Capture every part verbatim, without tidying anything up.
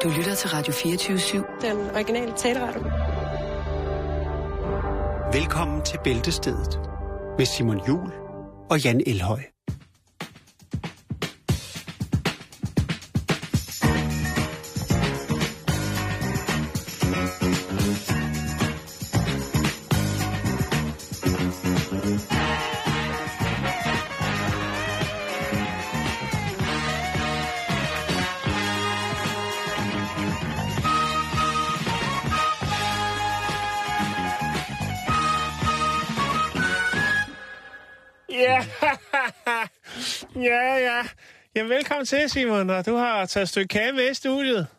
Du lytter til Radio fireogtyve syv. Den originale taleradio. Velkommen til Bæltestedet med Simon Juhl og Jan Elhøj. Ja, ja, ja. Jamen, velkommen til, Simon, og du har taget et stykke kage med i studiet.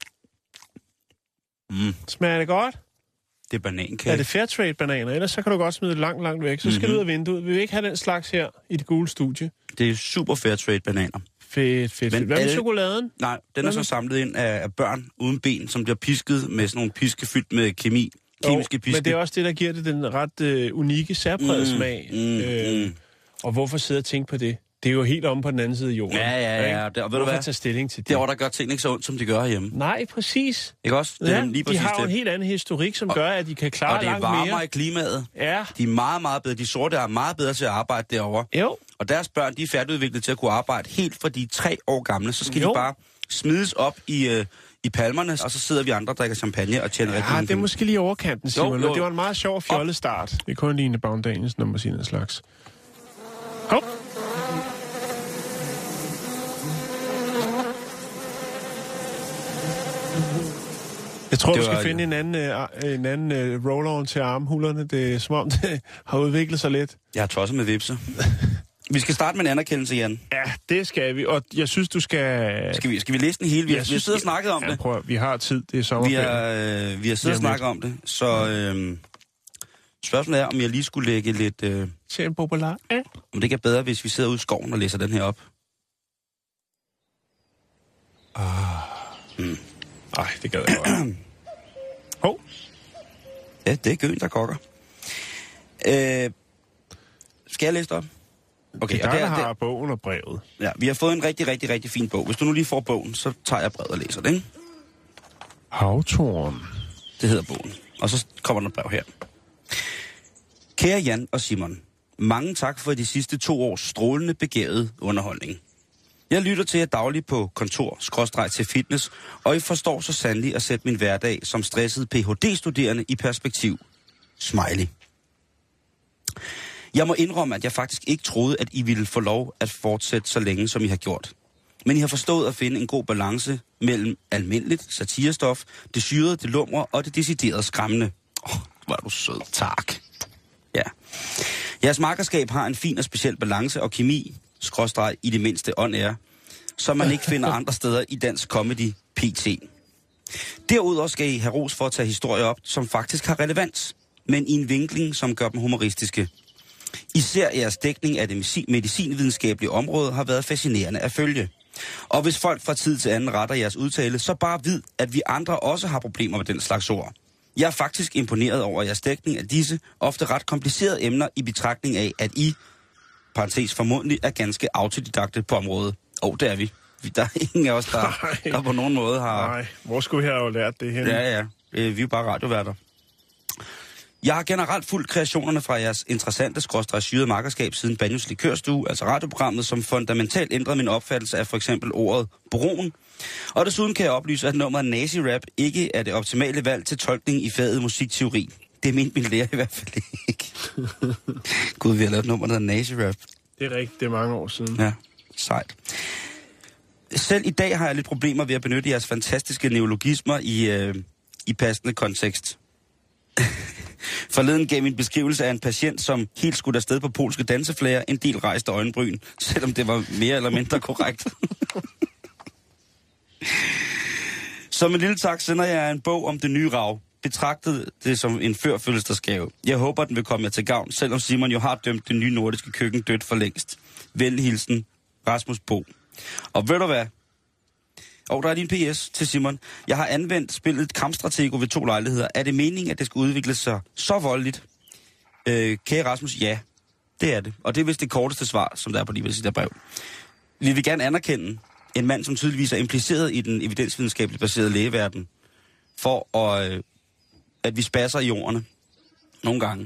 Mm. Smager det godt? Det er banankage. Er det Fairtrade-bananer? Ellers så kan du godt smide det langt, langt væk. Så skal mm-hmm. du ud af vinduet. Vi vil ikke have den slags her i det gule studie. Det er super Fairtrade-bananer. Fedt, fedt, fedt. Hvad med alle... chokoladen? Nej, den er så samlet ind af, af børn uden ben, som bliver pisket med sådan nogle piske fyldt med kemi. Kemiske piske. Men det er også det, der giver det den ret øh, unikke særprægede mm, smag. Mm, øh, mm. Og hvorfor sidde og tænke på det? Det er jo helt om på den anden side af jorden. Ja, ja, ja. Det, og ved hvorfor du hvad? tage stilling til det? Det er, hvor der gør ting ikke så ondt, som de gør hjemme. Nej, præcis. Ikke også? Det ja, er lige de har jo det. en helt anden historik, som og, gør, at de kan klare langt mere. Og det er varmere i klimaet. Ja. De er meget, meget bedre. De sorte er meget bedre til at arbejde derovre. Jo. Og deres børn, de er færdigudviklet til at kunne arbejde helt fra de tre år gamle. Så skal jo. de bare smides op i... Øh, i palmerne, og så sidder vi andre og drikker champagne og tjener ja, rigtig. Ja, det er måske lige overkanten, Simon, jo, jo. men det var en meget sjov fjollet start. Det er kun lige en Baum Danielsen, når man siger en slags. Hop! Jeg tror, du skal var... finde en anden, uh, en anden uh, roll-on til armhulerne. Det er som om, det har udviklet sig lidt. Jeg har tosset med vipser. Vi skal starte med en anerkendelse, Jan. Ja, det skal vi, og jeg synes, du skal... Skal vi, skal vi læse den hele? Vi, har, vi har siddet og snakket om ja, det. Prøv, vi har tid, det er sommerferie. Vi har, øh, vi har siddet og snakket om det, så øh, spørgsmålet er, om jeg lige skulle lægge lidt... Øh, Til en popular. Ja. Om det ikke er bedre, hvis vi sidder ude i skoven og læser den her op. Ah. Mm. Ej, det gad jeg godt. Hov. Ja, det er gøen, der kokker. Øh, skal jeg læse det op? Okay, det er der, der har bogen og brevet. Ja, vi har fået en rigtig, rigtig, rigtig fin bog. Hvis du nu lige får bogen, så tager jeg brevet og læser det, ikke? Havtorn. Det hedder bogen. Og så kommer der et brev her. Kære Jan og Simon, mange tak for de sidste to års strålende begavede underholdning. Jeg lytter til jer dagligt på kontor, skråstreg til fitness, og I forstår så sandelig at sætte min hverdag som stresset P H D-studerende i perspektiv. Smiley. Jeg må indrømme, at jeg faktisk ikke troede, at I ville få lov at fortsætte så længe, som I har gjort. Men I har forstået at finde en god balance mellem almindeligt satirestof, det syrede, det lumre og det deciderede skræmmende. Åh, oh, hvor er du sød. Tak. Ja. Jeres makkerskab har en fin og speciel balance og kemi, skråstreg i det mindste on-air, som man ikke finder andre steder i dansk comedy P T. Derudover skal I have ros for at tage historier op, som faktisk har relevans, men i en vinkling, som gør dem humoristiske. Især jeres dækning af det medicinvidenskabelige område har været fascinerende at følge. Og hvis folk fra tid til anden retter jeres udtale, så bare vid, at vi andre også har problemer med den slags ord. Jeg er faktisk imponeret over jeres dækning af disse ofte ret komplicerede emner i betragtning af, at I, parentes formodentlig, er ganske autodidakte på området. Åh, oh, det er vi. Der er ingen af os, der, der på nogen måde har... Nej, hvor skulle vi have jo lært det her? Ja, ja. Vi er jo bare radioværter. Jeg har generelt fulgt kreationerne fra jeres interessante skråstreg syrede makkerskab siden Banjos Likørstue, altså radioprogrammet, som fundamentalt ændrede min opfattelse af for eksempel ordet broen. Og desuden kan jeg oplyse, at nummeret nazi-rap ikke er det optimale valg til tolkning i faget musikteori. Det mente min lærer i hvert fald ikke. Gud, vi har lavet et nummer, der hedder nazi-rap. Det er rigtigt, det er mange år siden. Ja, sejt. Selv i dag har jeg lidt problemer ved at benytte jeres fantastiske neologismer i, øh, i passende kontekst. Forleden gav min beskrivelse af en patient, som helt skulle afsted på polske danseflager, en del rejste øjenbryn, selvom det var mere eller mindre korrekt. Som en lille tak sender jeg en bog om det nye rav. Betragtet det som en førfødselsdagsgave. Jeg håber, den vil komme jer til gavn, selvom Simon jo har dømt det nye nordiske køkken dødt for længst. Venlig hilsen, Rasmus Bo. Og ved du hvad? Og der er din P S til Simon. Jeg har anvendt spillet Kampstratego ved to lejligheder. Er det meningen, at det skal udvikle sig så voldeligt? Øh, kære Rasmus, ja. Det er det. Og det er vist det korteste svar, som der er på lige ved sit brev. Vi vil gerne anerkende, en mand, som tydeligvis er impliceret i den evidensvidenskabeligt baserede lægeverden, for at, øh, at vi spasser i ordene nogle gange.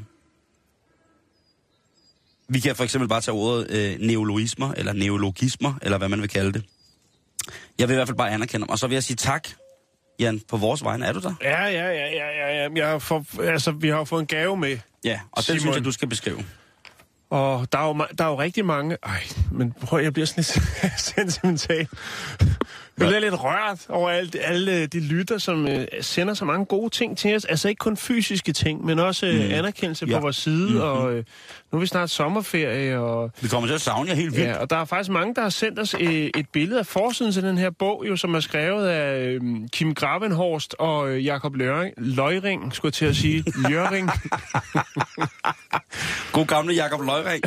Vi kan for eksempel bare tage ordet øh, neologismer, eller neologismer, eller hvad man vil kalde det. Jeg vil i hvert fald bare anerkende dem, og så vil jeg sige tak, Jan, på vores vegne. Er du der? Ja, ja, ja, ja, ja, ja. Jeg får, altså, vi har jo fået en gave med. Ja, og den synes jeg, du skal beskrive. Og der er jo, der er jo rigtig mange... Ej, men prøv, jeg bliver sådan lidt sentimental. Jeg bliver lidt rørt over alle, alle de lytter, som uh, sender så mange gode ting til os. Altså ikke kun fysiske ting, men også uh, mm. anerkendelse ja. på vores side. Mm-hmm. Og uh, nu er vi snart sommerferie. Og, vi kommer til at savne jer helt vildt. Ja, og der er faktisk mange, der har sendt os uh, et billede af forsiden til den her bog, jo, som er skrevet af uh, Kim Gravenhorst og uh, Jakob Løring. Løjring, skulle jeg til at sige. Løring. God gamle Jakob Løjring.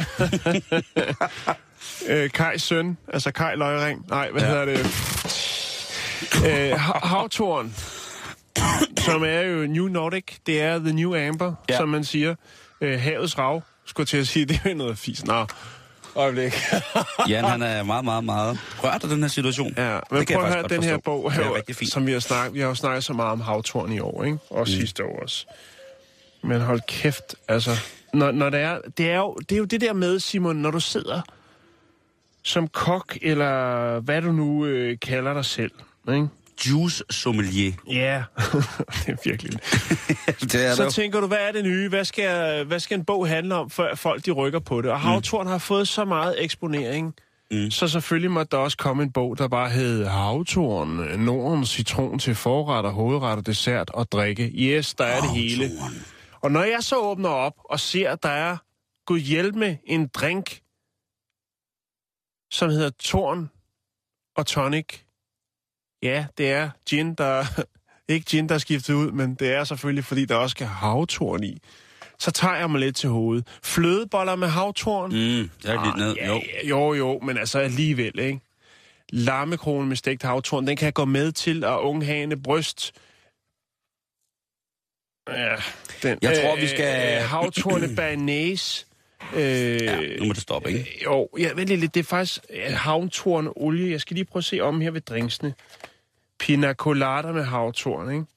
øh, Kajs søn, altså Kaj Løjring. Nej, hvad ja. hedder det? Øh, Havtorn, som er jo New Nordic. Det er The New Amber, ja. som man siger. Øh, havets rav, skulle jeg til at sige. Det er jo noget fis. Nå, øjeblik. Jan, han er meget, meget, meget rørt af den her situation. Ja, men det prøv at høre den her bog, her, som vi har snakket, vi har jo snakket så meget om havtorn i år, ikke? Og mm. sidste år også. Men hold kæft, altså... Når, når det, er, det, er jo, det er jo det der med, Simon, når du sidder som kok, eller hvad du nu øh, kalder dig selv, ikke? Juice sommelier. Ja, yeah. det er virkelig. det er så det. tænker du, hvad er det nye? Hvad skal, hvad skal en bog handle om, før folk de rykker på det? Og Havtorn mm. har fået så meget eksponering, mm. så selvfølgelig måtte der også komme en bog, der bare hed Havtorn, Nordens citron til forret og hovedret og dessert og drikke. Yes, der er Havtorn. Det hele. Og når jeg så åbner op og ser, at der er gud hjælp med en drink, som hedder Torn og Tonic. Ja, det er gin, der... ikke gin, der er skiftet ud, men det er selvfølgelig, fordi der også skal havtorn i. Så tager jeg mig lidt til hovedet. Flødeboller med havtorn. Mm, jeg er lidt ned, ja, jo. Jo, jo, men altså alligevel, ikke? Lammekrone med stegt havtorn, den kan gå med til at unghane bryst. Ja, den. Jeg tror, vi skal... Øh, havtorne bayonnaise. Øh, ja, nu må det stoppe, ikke? Øh, jo, ja, vent lidt. Det er faktisk havtorne olie. Jeg skal lige prøve at se om her ved drinksene. Pina colada med havtorn, ikke?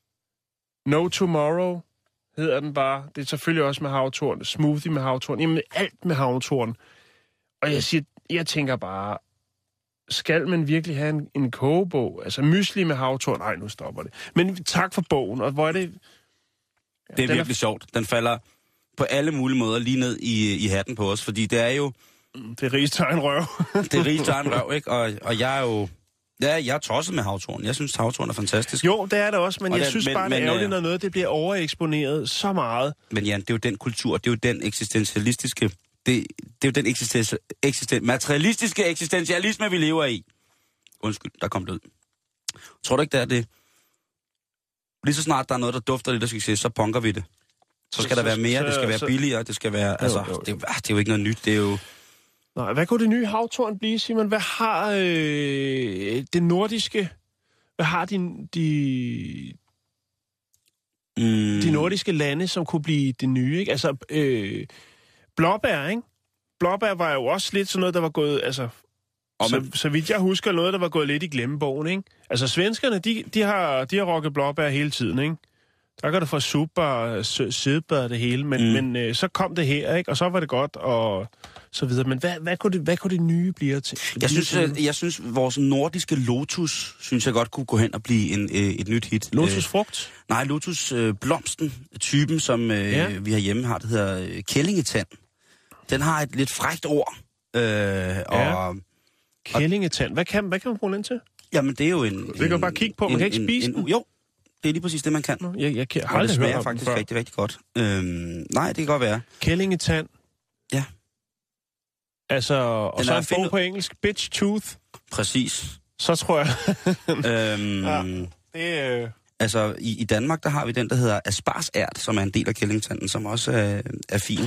No Tomorrow hedder den bare. Det er selvfølgelig også med havtorn. Smoothie med havtorn. Jamen, alt med havtorn. Og jeg siger, jeg tænker bare... Skal man virkelig have en, en kogebog? Altså mysli med havtorn? Nej, nu stopper det. Men tak for bogen, og hvor er det... Ja, det er virkelig er... sjovt. Den falder på alle mulige måder lige ned i, i hatten på os, fordi det er jo... Det er rigtigt en røv. det er rigtigt en røv, ikke? Og, og jeg er jo... Ja, jeg er tosset med havtorn. Jeg synes, havtorn er fantastisk. Jo, det er det også, men og jeg det, synes men, bare, det er ærgerligt, når øh... noget det bliver overeksponeret så meget. Men Jan, det er jo den kultur, det er jo den eksistentialistiske... Det, det er jo den eksisten, eksisten, materialistiske eksistentialisme, vi lever i. Undskyld, der kom det ud. Tror du ikke, det er det? Lige så snart der er noget, der dufter lidt af succes, så punker vi det. Så skal så, der være mere, så, det skal være så, billigere, det skal være... Jo, altså, jo, jo. Det, det er jo ikke noget nyt, det er jo... Nej, hvad kunne det nye havtorn blive, Simon? Hvad har øh, det nordiske... Hvad har de, de, mm. de nordiske lande, som kunne blive det nye, ikke? Altså... Øh, Blåbær, ikke? Blåbær var jo også lidt sådan noget, der var gået, altså, så, så vidt jeg husker, noget, der var gået lidt i glemmebogen, ikke? Altså, svenskerne, de, de har, de har rocket blåbær hele tiden, ikke? Der kan du få super, sødbær det hele, men, mm. men øh, så kom det her, ikke? Og så var det godt, og så videre. Men hvad, hvad, kunne, det, hvad kunne det nye blive til? Jeg synes, jeg, jeg synes, vores nordiske lotus, synes jeg godt kunne gå hen og blive en, øh, et nyt hit. Lotusfrugt? Øh, nej, lotusblomsten, øh, typen, som øh, ja. vi har hjemme har, det hedder øh, kællingetand. Den har et lidt frækt ord. Øh, ja. og, Kællingetand. Hvad kan, hvad kan man bruge den til? Jamen, det er jo en... Det kan jo bare kigge på, man en, kan ikke spise en, en, den. Jo, det er lige præcis det, man kan. Jeg, jeg kan og det smager faktisk rigtig, rigtig godt. Øhm, nej, det kan godt være. Kællingetand. Ja. Altså, og den så en bog find... på engelsk. Bitch Tooth. Præcis. Så tror jeg. øhm, ja, det øh... Altså, i, i Danmark, der har vi den, der hedder asparsært, som er en del af kællingetanden, som også er, er fin.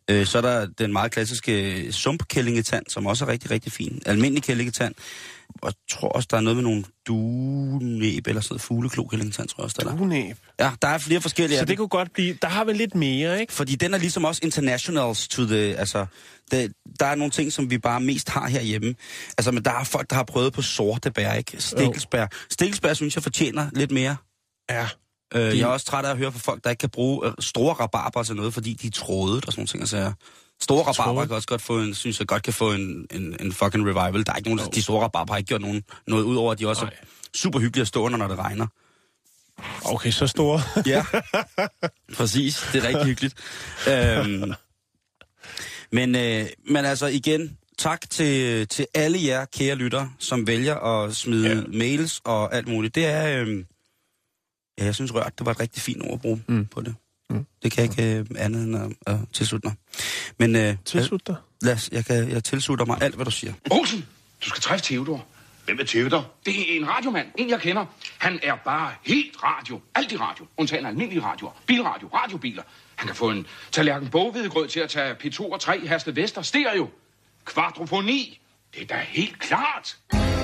Øh, så er der den meget klassiske sumpkællingetand, som også er rigtig, rigtig fin. Almindelig kællingetand. Og jeg tror også, der er noget med nogle duenæb eller sådan noget fugleklo-kællingetand, tror jeg også, der er. Duenæb. Ja, der er flere forskellige. Så det kunne godt blive... Der har vi lidt mere, ikke? Fordi den er ligesom også internationals to the... Altså, det, der er nogle ting, som vi bare mest har herhjemme. Altså, men der er folk, der har prøvet på sorte bær, ikke? Stikkelsbær. Stikkelsbær, synes jeg, fortjener lidt mere. Ja. Øh, jeg er også træt af at høre fra folk, der ikke kan bruge store rabarber til noget, fordi de er trådet og sådan nogle ting. Altså, store rabarber kan også godt få en, synes jeg godt kan få en, en, en fucking revival. Der er ikke nogen, oh. de store rabarber har ikke gjort nogen, noget ud over, at de også er super hyggelige at stå under, når det regner. Okay, så store. Ja, præcis. Det er rigtig hyggeligt. øhm, men, øh, men altså igen, tak til, til alle jer kære lytter, som vælger at smide ja. mails og alt muligt. Det er... Øh, Ja, jeg synes rørt, det var et rigtig fint ord at bruge mm. på det. Mm. Det kan jeg ikke uh, andet end at uh, tilslutte mig. Men, uh, tilslutte dig? Lad os, jeg, kan, jeg tilslutter mig alt, hvad du siger. Olsen, du skal træffe Theodor. Hvem er Theodor? Det er en radiomand, en jeg kender. Han er bare helt radio. Alt i radio. Undtagen almindelige radioer. Bilradio, radiobiler. Han kan få en tallerken boghvedegrød til at tage P to og tre Herste Vester stereo. Kvadrofoni. Det er da helt klart.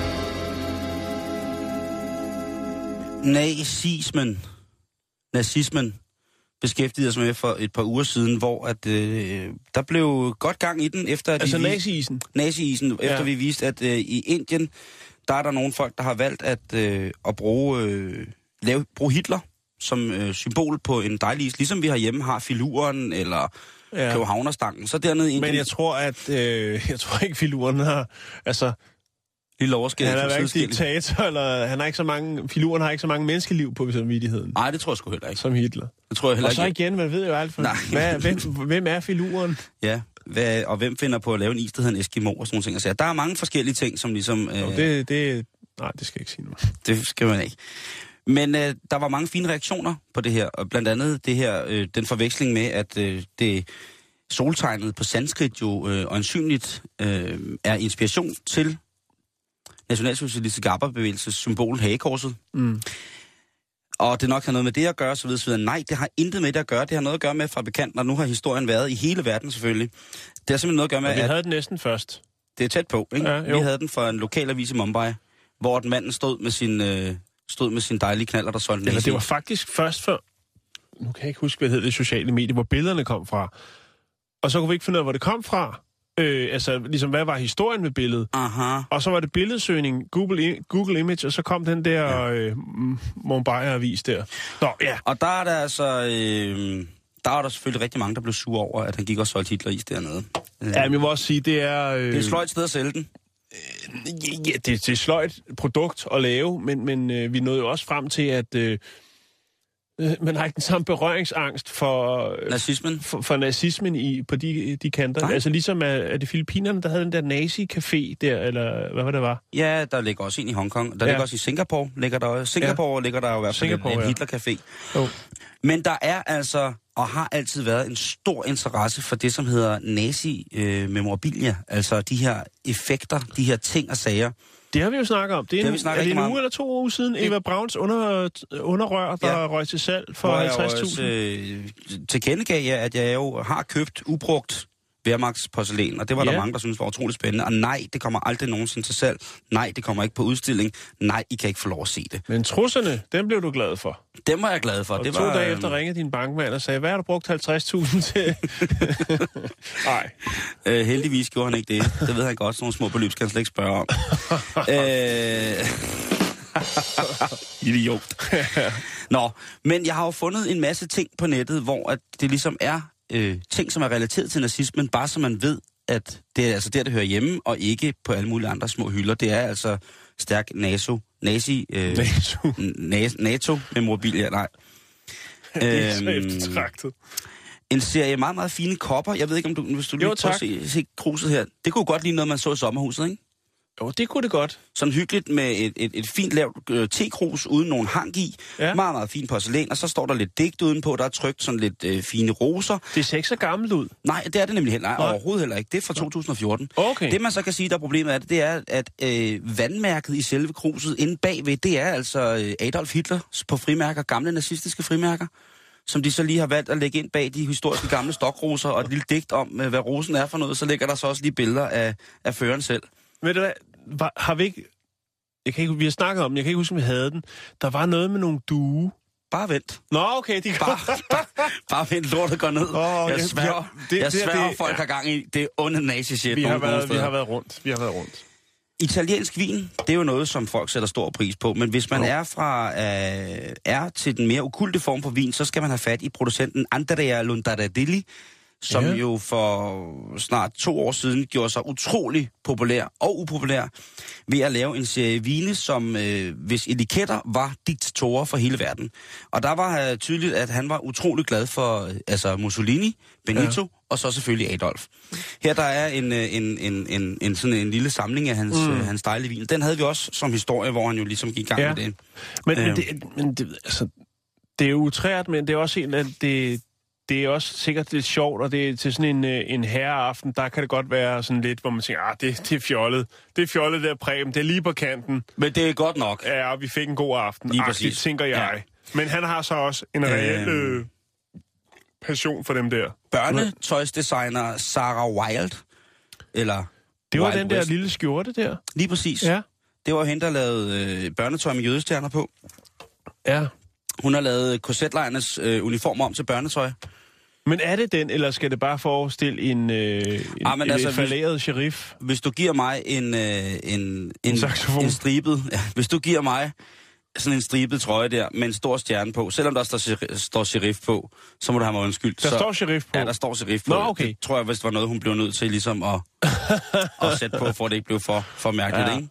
Nazismen, nazismen beskæftigede sig med for et par uger siden, hvor at, øh, der blev godt gang i den, efter at altså vi nazi-isen? Nazi-isen, efter ja. vi viste, at øh, i Indien, der er der nogle folk, der har valgt at, øh, at bruge, øh, lave, bruge Hitler som øh, symbol på en dejlig is, ligesom vi herhjemme har filuren eller ja. københavnerstangen. Så dernede i Indien... Men jeg tror, at øh, jeg tror ikke, filuren har... Altså, lille overskæg. Han er hverken diktator, eller han har ikke så mange... Filuren har ikke så mange menneskeliv på samvittigheden. Nej, det tror jeg sgu heller ikke. Som Hitler. Det tror jeg heller ikke. Og så igen, man ved jo alt for... Hvad, hvem, hvem er filuren? Ja, hvad, og hvem finder på at lave en is, der hedder en Eskimo og sådan nogle ting. Altså, der er mange forskellige ting, som ligesom... Øh, Nå, det, det... Nej, det skal jeg ikke sige nu. Det skal man ikke. Men øh, der var mange fine reaktioner på det her, og blandt andet det her, øh, den forveksling med, at øh, det soltegnet på sanskrit jo øh, øjensynligt øh, er inspiration til nationalsocialistisk arbejderbevægelses symbol hagekorset. Mm. Og det nok har noget med det at gøre, så videre, så videre. Nej, det har intet med det at gøre. Det har noget at gøre med fabrikanten, og nu har historien været i hele verden selvfølgelig. Det har simpelthen noget at gøre med, at... Vi havde at, den næsten først. Det er tæt på, ikke? Ja, vi havde den for en lokalavis i Mumbai, hvor den manden stod med sin, øh, stod med sin dejlige knaller, der solgte Eller det var faktisk først for... Nu kan jeg ikke huske, hvad det hed, det sociale medie, hvor billederne kom fra. Og så kunne vi ikke finde ud af, hvor det kom fra. Øh, altså, ligesom, hvad var historien med billedet? Aha. Og så var det billedsøgning, Google, Google Image, og så kom den der ja. øh, Mumbai-avis der. Nå, ja. Og der er der altså... Øh, der er der selvfølgelig rigtig mange, der blev sure over, at han gik og solgte Hitler-is dernede. Ja, men jeg må også sige, det er... Øh, det er et sløjt sted at sælge den. Øh, ja, det, det er et sløjt produkt at lave, men, men øh, vi nåede jo også frem til, at... Øh, man har ikke den samme berøringsangst for nazismen, for, for nazismen i, på de, de kanter. Nej. Altså ligesom er, er det Filippinerne, der havde den der nazi-café der, eller hvad var det var? Ja, der ligger også en i Hongkong. Der ja. ligger også i Singapore. Ligger der, Singapore ja. ligger der jo i hvert fald en, en Hitler-café. Oh. Men der er altså, og har altid været, en stor interesse for det, som hedder nazi-memorabilia. Øh, altså de her effekter, de her ting og sager. Det har vi jo snakket om. Det er, det en, er det en uge eller to uger siden, det... Eva Brauns under, underrør, der ja. røg til salg for halvtreds tusind. Øh, tilkendegav jeg, at jeg jo har købt ubrugt Wehrmachtsporcelæn, og det var ja. der mange, der synes var utroligt spændende. Og nej, det kommer aldrig nogensinde til salg. Nej, det kommer ikke på udstilling. Nej, I kan ikke få lov at se det. Men trusserne, dem blev du glad for. Dem var jeg glad for. Og det to var, dage efter ringede din bankmand og sagde, hvad har du brugt halvtreds tusind til? Nej. Øh, heldigvis gjorde han ikke det. Det ved han godt, sådan nogle små beløb skal han slet ikke spørge om. øh... Idiot. Nå, men jeg har jo fundet en masse ting på nettet, hvor at det ligesom er øh, ting, som er relateret til nazismen, bare så man ved, at det er altså der, det hører hjemme, og ikke på alle mulige andre små hylder. Det er altså stærk NATO, nazi, øh, NATO, NATO memorabilia, nej. Det er så eftertragtet. En serie meget, meget fine kopper. Jeg ved ikke, om du, hvis du lige prøver at se, se kruset her. Det kunne godt ligne noget, man så i sommerhuset, ikke? Jo, det kunne det godt. Sådan hyggeligt med et, et, et fint lavt øh, tekrus uden nogen hang i. Ja. Meget, meget fint porcelæn. Og så står der lidt digt udenpå. Der er trykt sådan lidt øh, fine roser. Det ser ikke så gammelt ud. Nej, det er det nemlig heller. Nej, overhovedet heller ikke. Det er fra to tusind og fjorten. Okay. Det man så kan sige, der er problemet af det, det er, at øh, vandmærket i selve kruset inde bagved, det er altså øh, Adolf Hitler på frimærker, gamle nazistiske frimærker. som de så lige har valgt at lægge ind bag de historiske gamle stokroser, og et lille digt om, hvad rosen er for noget, så ligger der så også lige billeder af, af føreren selv. Ved du hvad, var, har vi ikke... Jeg kan ikke, vi har snakket om den, jeg kan ikke huske, om vi havde den. Der var noget med nogle due. Bare vent. Nå, okay, de bare, bare, bare vent, lortet går ned. Oh, jeg sværger, det, jeg sværger det, folk ja. har gang i det onde nazi-shit. Vi har, været, vi har været rundt. Vi har været rundt. Italiensk vin, det er jo noget, som folk sætter stor pris på, men hvis man oh. er fra øh, er til den mere okulte form for vin, så skal man have fat i producenten Andrea Lundardelli, som ja. jo for snart to år siden gjorde sig utrolig populær og upopulær ved at lave en serie vine, som øh, hvis etiketter var diktatorer for hele verden. Og der var øh, tydeligt, at han var utrolig glad for øh, altså Mussolini, Benito ja. og så selvfølgelig Adolf. Her der er en, en, en, en, en, sådan en lille samling af hans, mm. øh, hans dejlige vin. Den havde vi også som historie, hvor han jo ligesom gik i gang ja. med det. Men, øh. men, det, men det, altså, det er jo utrært, men det er også en af det... Det er også sikkert lidt sjovt, og det er til sådan en, en herreaften, der kan det godt være sådan lidt, hvor man tænker, ah, det, det er fjollet. Det er fjollet der Preben, det er lige på kanten. Men det er godt nok. Ja, og vi fik en god aften. Lige præcis. Det tænker jeg. Ja. Men han har så også en reel øh... passion for dem der. Børnetøjsdesigner Sarah Wild, eller det var Wild den der West. lille skjorte der. Lige præcis. Ja. Det var hende, der lavede øh, børnetøj med jødestjerner på. Ja. Hun har lavet korsetlejrnes øh, uniformer om til børnetøj. Men er det den, eller skal det bare forestille en, øh, en, ah, en altså, falderet hvis, sheriff? Hvis du giver mig en, øh, en, en, en, en stribet... Ja, hvis du giver mig sådan en stribet trøje der, med en stor stjerne på, selvom der står, står sheriff på, så må du have mig undskyldt. Der så, står sheriff på? Ja, der står sheriff på. Nå, okay. Det tror jeg, hvis det var noget, hun blev nødt til ligesom at, at sætte på, for at det ikke blev for, for mærkeligt, ja. Ikke?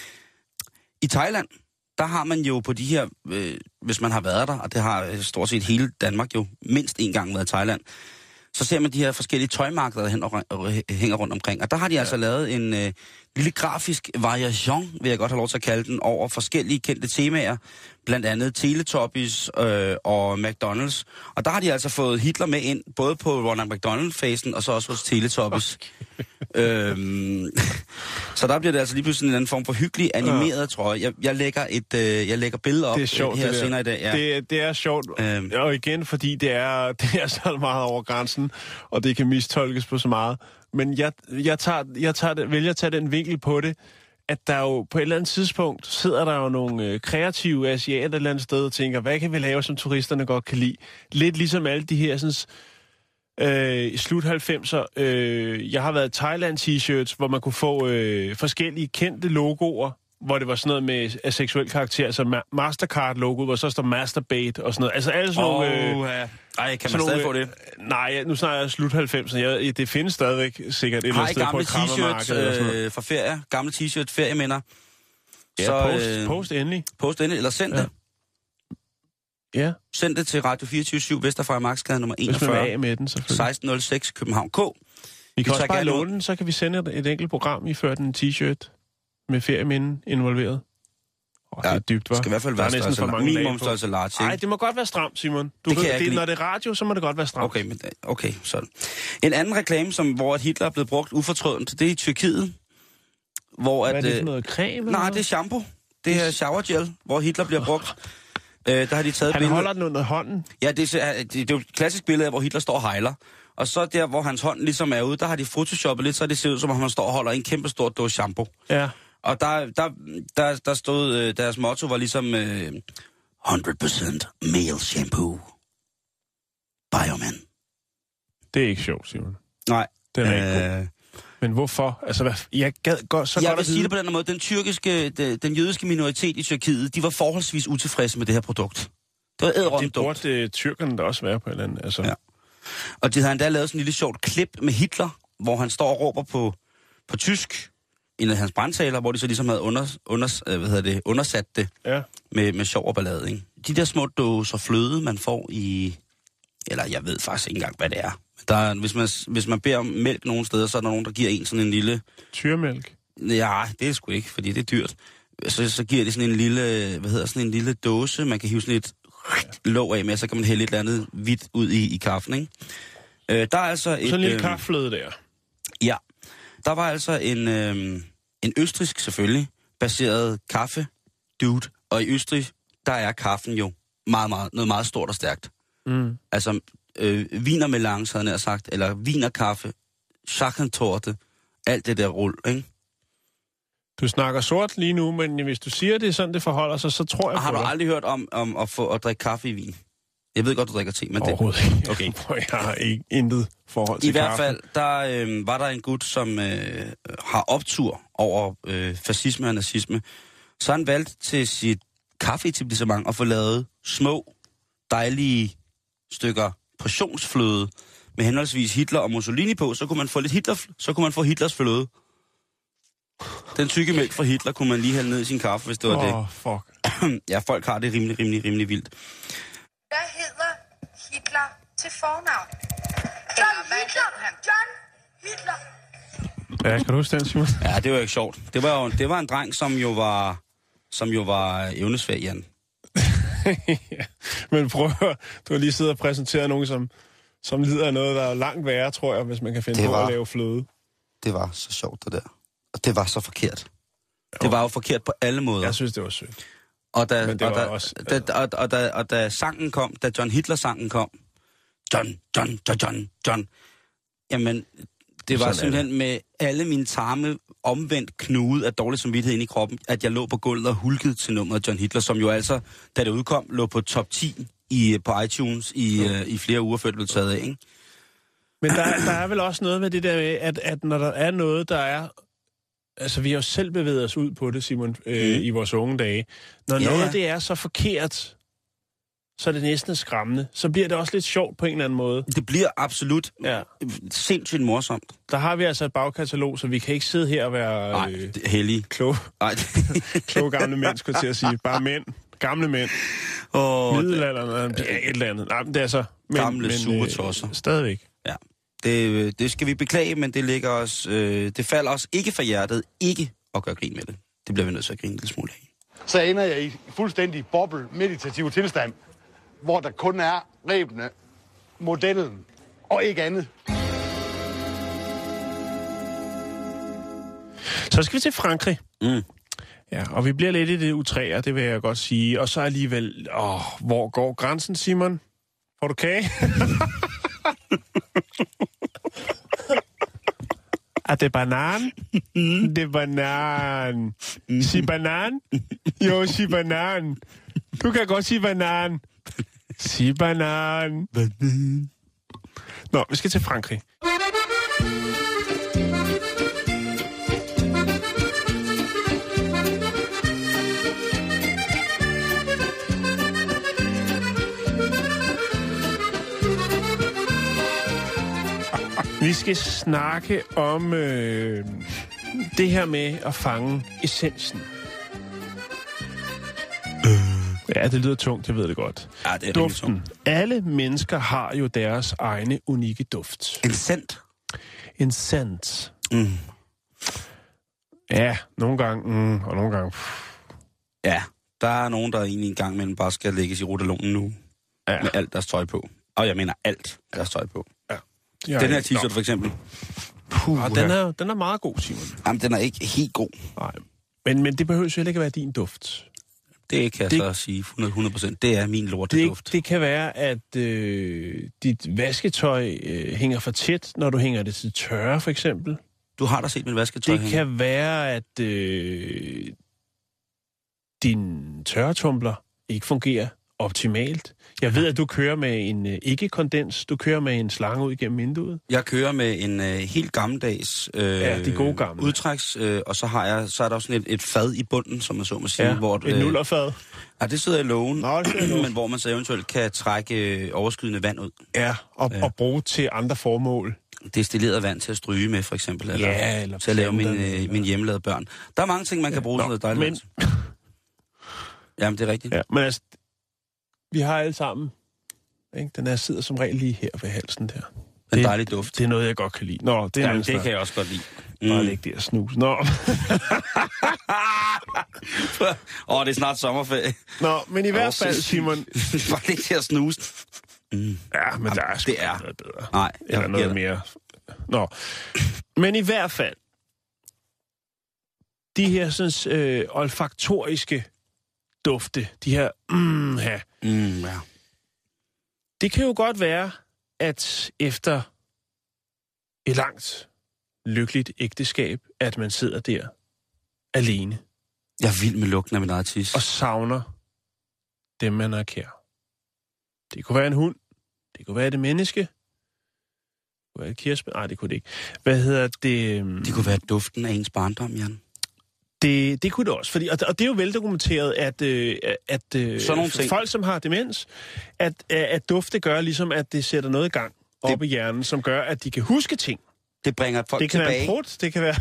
I Thailand, der har man jo på de her, øh, hvis man har været der, og det har stort set hele Danmark jo mindst en gang været i Thailand, så ser man de her forskellige tøjmarkeder, der hen og, og hænger rundt omkring. Og der har de ja. altså lavet en øh, lille grafisk variation, vil jeg godt have lov til at kalde den, over forskellige kendte temaer, blandt andet Teletubbies øh, og McDonald's. Og der har de altså fået Hitler med ind, både på Ronald McDonald-fasen, og så også hos Teletubbies. Okay. øhm, så der bliver det altså lige pludselig en anden form for hyggelig animeret ja. trøje. Jeg, jeg lægger et øh, jeg lægger billeder op det er sjovt, her det senere i dag. Ja. Det, det er sjovt, øhm. og igen, fordi det er, det er så meget over grænsen, og det kan mistolkes på så meget. Men jeg, jeg, tager, jeg tager det, vælger at tage den vinkel på det, at der jo på et eller andet tidspunkt sidder der jo nogle øh, kreative asiater et eller andet sted og tænker, hvad kan vi lave, som turisterne godt kan lide? Lidt ligesom alle de her sådan, øh, slut halvfemser. Øh, jeg har været Thailand t-shirts, hvor man kunne få øh, forskellige kendte logoer, hvor det var sådan noget med af seksuel karakter, altså Ma- Mastercard-logoet, hvor så står Masturbate og sådan noget. Altså alle sådan oh, nogle... Øh, Ej, kan man stadig få det? Nej, nu snakker jeg slut halvfemser. Jeg, det findes stadigvæk sikkert et eller andet sted på et krammermarked. Har I gamle t-shirts øh, fra ferie? Gamle t-shirt ferieminder? Ja, så, post, øh, post endelig. Post endelig, eller send ja. det. Ja. Send det til Radio fireogtyve syv Vesterfra Marksgade nummer enogfyrre. Hvis man er af med den, selvfølgelig. seksten nul seks København K. Vi, vi kan også bare låne den, så kan vi sende et, et enkelt program, I ført en t-shirt med ferieminden involveret. Oh, ja, det er dybt, hva'? Det skal i hvert fald være størrelse for mange minimum størrelse large. Nej, det må godt være stramt, Simon. Du det kan, kan det, når det er radio, så må det godt være stramt. Okay, men, okay, sådan. En anden reklame, som, hvor Hitler er blevet brugt ufortrødent, det er i Tyrkiet. Hvor Hvad at, er det for noget creme? Nej, det er shampoo. Det er shower gel, hvor Hitler bliver brugt. Øh, der har de taget Han billeder. holder den under hånden? Ja, det er, det, det er jo et klassisk billede af, hvor Hitler står og hejler. Og så der, hvor hans hånd ligesom er ude, der har de photoshoppet lidt, så det ser ud, som om han står og holder en kæmpe stor dåse shampoo. Ja. Og der, der, der, der stod, øh, deres motto var ligesom øh, hundrede procent male shampoo. Bioman. Det er ikke sjovt, Simon. Nej. Det er ikke øh... god. Men hvorfor? Altså, hvad, jeg gad godt så jeg godt vil sige det på den måde. Den tyrkiske, den, den jødiske minoritet i Tyrkiet, de var forholdsvis utilfredse med det her produkt. Det var ædrømt dumt. Det burde øh, tyrkerne da også være på et eller andet. Altså. Ja. Og de havde endda lavet sådan en lille sjovt klip med Hitler, hvor han står og råber på, på tysk, en af hans brandtaler, hvor de så ligesom havde under, under, hvad hedder det, undersat det ja. med, med sjov og ballade. Ikke? De der små dåser fløde, man får i... Eller jeg ved faktisk ikke engang, hvad det er. Der er hvis, man, hvis man beder om mælk nogle steder, så er der nogen, der giver en sådan en lille... Tyrmælk? Ja, det er sgu ikke, fordi det er dyrt. Så, så giver de sådan en lille, hvad hedder sådan en lille dåse, man kan hive sådan et låg af med, så kan man hælde et eller andet hvidt ud i, i kaffen, ikke? Øh, der er altså et... Sådan en lille øh, kaffløde der? Ja. Der var altså en, øh, en østrigsk selvfølgelig, baseret kaffe dude, og i Østrig, der er kaffen jo meget, meget, noget meget stort og stærkt. Mm. Altså, øh, vinermelange, havde jeg sagt, eller vinerkaffe, chakentorte, alt det der rull, ikke? Du snakker sort lige nu, men hvis du siger, det er sådan, det forholder sig, så tror jeg Har på du dig. aldrig hørt om, om at, få, at drikke kaffe i vin? Jeg ved godt, du drikker te, men Overhovedet det... ikke. Okay. Jeg har ikke intet forhold til I hvert kaffe. fald, der øh, var der en gut, som øh, har optur over øh, fascisme og nazisme. Så han valgte til sit kaffeetablissement at få lavet små, dejlige stykker portionsfløde med henholdsvis Hitler og Mussolini på. Så kunne man få lidt Hitler, så kunne man få Hitlers fløde. Den tykke mælk fra Hitler kunne man lige hælde ned i sin kaffe, hvis det var oh, det. Åh, fuck. Ja, folk har det rimelig, rimelig, rimelig vildt. Hvad hedder Hitler til fornavn? John Hitler! John Hitler! Ja, kan du huske den, Simon? Ja, det var ikke sjovt. Det var jo det var en dreng, som jo var, som jo var evnesvag, Jan. Ja, men prøv at høre, du har lige siddet og præsenteret nogen, som, som lider af noget, der er langt værre, tror jeg, hvis man kan finde Det på var- at lave fløde. Det var så sjovt, det der. Og det var så forkert. Det var jo forkert på alle måder. Jeg synes, det var sødt. Og da, Men det og, var da, også- da, og, og, da, og da sangen kom, da John Hitler-sangen kom, John, John, John, John, John, jamen, det var Sådan er simpelthen med alle mine tarme omvendt knude af dårlig samvittighed inde i kroppen, at jeg lå på gulvet og hulkede til nummeret John Hitler, som jo altså, da det udkom, lå på top ti i, på iTunes i, uh, i flere uger før det blev taget af, ikke? Men der, der er vel også noget med det der med, at, at når der er noget, der er... Altså, vi har jo selv bevæget os ud på det, Simon, øh, mm. i vores unge dage. Når Ja, noget ja. af det er så forkert, så er det næsten skræmmende. Så bliver det også lidt sjovt på en eller anden måde. Det bliver absolut Ja. sindssygt morsomt. Der har vi altså et bagkatalog, så vi kan ikke sidde her og være Nej, øh, det er heldig. kloge, Nej. kloge gamle mænd, skulle jeg til at sige. Bare mænd. Gamle mænd. Åh, Middelalderen. Ja, et eller andet. Nej, men det er så... Men, Gamle sure tosser. Øh, stadigvæk. ja. Det, det skal vi beklage, men det ligger os, øh, det falder os ikke fra hjertet, ikke at gøre grin med det. Det bliver vi nødt til at grine en lille smule af. Så ender jeg i fuldstændig boble meditativ tilstand, hvor der kun er rebene, modellen og ikke andet. Så skal vi til Frankrig. Mm. Ja, og vi bliver lidt i det utræer, det vil jeg godt sige. Og så alligevel, åh, hvor går grænsen, Simon? Får du kage? Er det banan? Det er banan. Sig banan? Jo, sig banan. Du kan godt sige banan. Sig banan. Nå, vi skal til Frankrig. Vi skal snakke om øh, det her med at fange essensen. Ja, det lyder tungt, jeg ved det godt. Ja, det er rimelig Duften. tungt. Alle mennesker har jo deres egne unikke duft. En cent. En scent. Mm. Ja, nogle gange, mm, og nogle gange... Pff. Ja, der er nogen, der egentlig en gang imellem bare skal lægges i rotalonen nu. Ja. Med alt deres tøj på. Og jeg mener alt deres tøj på. Ja, Den her t-shirt for eksempel. Puh, og den er, den er meget god, Simon. Jamen, den er ikke helt god. Nej. Men, men det behøver jo heller ikke at være din duft. Det kan jeg Det- så sige hundrede procent. Det er min lorteduft. Det, det kan være, at øh, dit vasketøj øh, hænger for tæt, når du hænger det til tørre, for eksempel. Du har da set min vasketøj Det hænge. kan være, at øh, din tørretumbler ikke fungerer optimalt. Jeg ved, at du kører med en øh, ikke-kondens. Du kører med en slange ud igennem vinduet. Jeg kører med en øh, helt gammeldags øh, Ja, de gode gamle. udtræks, øh, og så har jeg så er der også sådan et, et fad i bunden, som man så må sige, Ja, hvor et nullerfad. Ja, det sidder i lågen, Nå, det sidder i lågen. men hvor man så eventuelt kan trække øh, overskydende vand ud. Ja, og, Ja. og bruge til andre formål. Destilleret vand til at stryge med, for eksempel. Eller, Ja, eller til at lave min, planterne, øh, eller- min hjemmelavede børn. Der er mange ting, man kan bruge til Nå, noget dejligt. men- vand. Jamen, det er rigtigt. Ja, men altså, vi har alle sammen. Ikke? Den her sidder som regel lige her ved halsen der. En det- dejlig duft. Det er noget, jeg godt kan lide. Nå, det er Jamen, noget det kan jeg også godt lide. Bare Mm. lægge det og snus. Nå. Åh, oh, det er snart sommerferie. Nå, men i hvert Åh, fald, så- Simon... Bare ligge her og snuse. Mm. Ja, men der er sgu det er- noget bedre. Nej, Eller jeg noget giver mere. Nå. Men i hvert fald, de her sådan, øh, olfaktoriske dufte, de her mm, her, Mm, ja. Det kan jo godt være, at efter et langt, lykkeligt ægteskab, at man sidder der alene. Jeg er vild med lugten af min eget tis. Og savner dem, man er kær. Det kunne være en hund. Det kunne være et menneske. Det kunne være et kirsebær. Nej, det kunne det ikke. Hvad hedder det? Det kunne være duften af ens barndom, Jan. Det, det kunne det også. Fordi, og, og det er jo veldokumenteret, at, øh, at øh, folk, som har demens, at, at dufte gør ligesom, at det sætter noget i gang op det, i hjernen, som gør, at de kan huske ting. Det bringer folk det kan tilbage. Være en prut, det kan være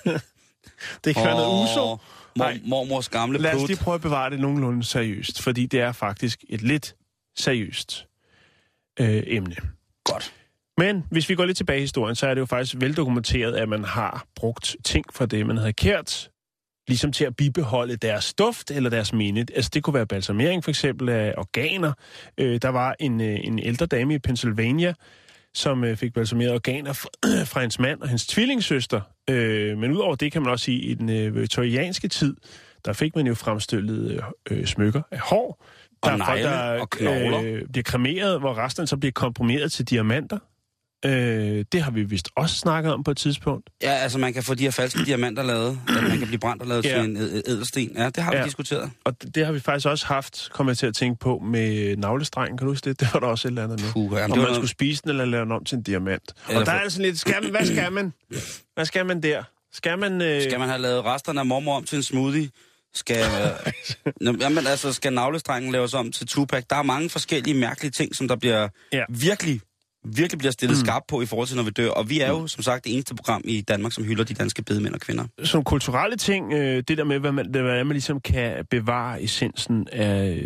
det kan oh, være noget uso. Mor, mormors gamle prut. Lad os lige prøve at bevare det nogenlunde seriøst, fordi det er faktisk et lidt seriøst øh, emne. Godt. Men hvis vi går lidt tilbage i historien, så er det jo faktisk veldokumenteret, at man har brugt ting fra det, man havde kært, ligesom til at bibeholde deres duft eller deres minde. Altså det kunne være balsamering for eksempel af organer. Øh, der var en, en ældre dame i Pennsylvania, som øh, fik balsameret organer fra, fra hendes mand og hendes tvillingssøster. Øh, men udover det kan man også sige, at i den øh, viktorianske tid, der fik man jo fremstillet øh, smykker af hår. Der og er folk, der og knogler. Øh, bliver kremeret, hvor resten så bliver komprimeret til diamanter. Øh, det har vi vist også snakket om på et tidspunkt. Ja, altså man kan få de her falske diamanter lavet, at man kan blive brændt og lavet ja. til en ædelsten. Ja, det har vi ja. diskuteret. Og det, det har vi faktisk også haft, kommer jeg til at tænke på, med navlestrengen. Kan du huske det? Det var der også et eller andet med. Puh, ja, om man noget... skulle spise den eller lave den om til en diamant. Eller og der for... er altså lidt, skal man, hvad skal man? Hvad skal man der? Skal man... Øh... Skal man have lavet resterne af mormor om til en smoothie? Skal, øh... Jamen, altså, skal navlestrengen laves om til Tupac? Der er mange forskellige mærkelige ting, som der bliver ja. virkelig... virkelig bliver stillet mm. skarpt på i forhold til, når vi dør. Og vi er jo, som sagt, det eneste program i Danmark, som hylder de danske bedemænd og kvinder. Som kulturelle ting, øh, det der med, hvad man, det, hvad man ligesom kan bevare essensen af...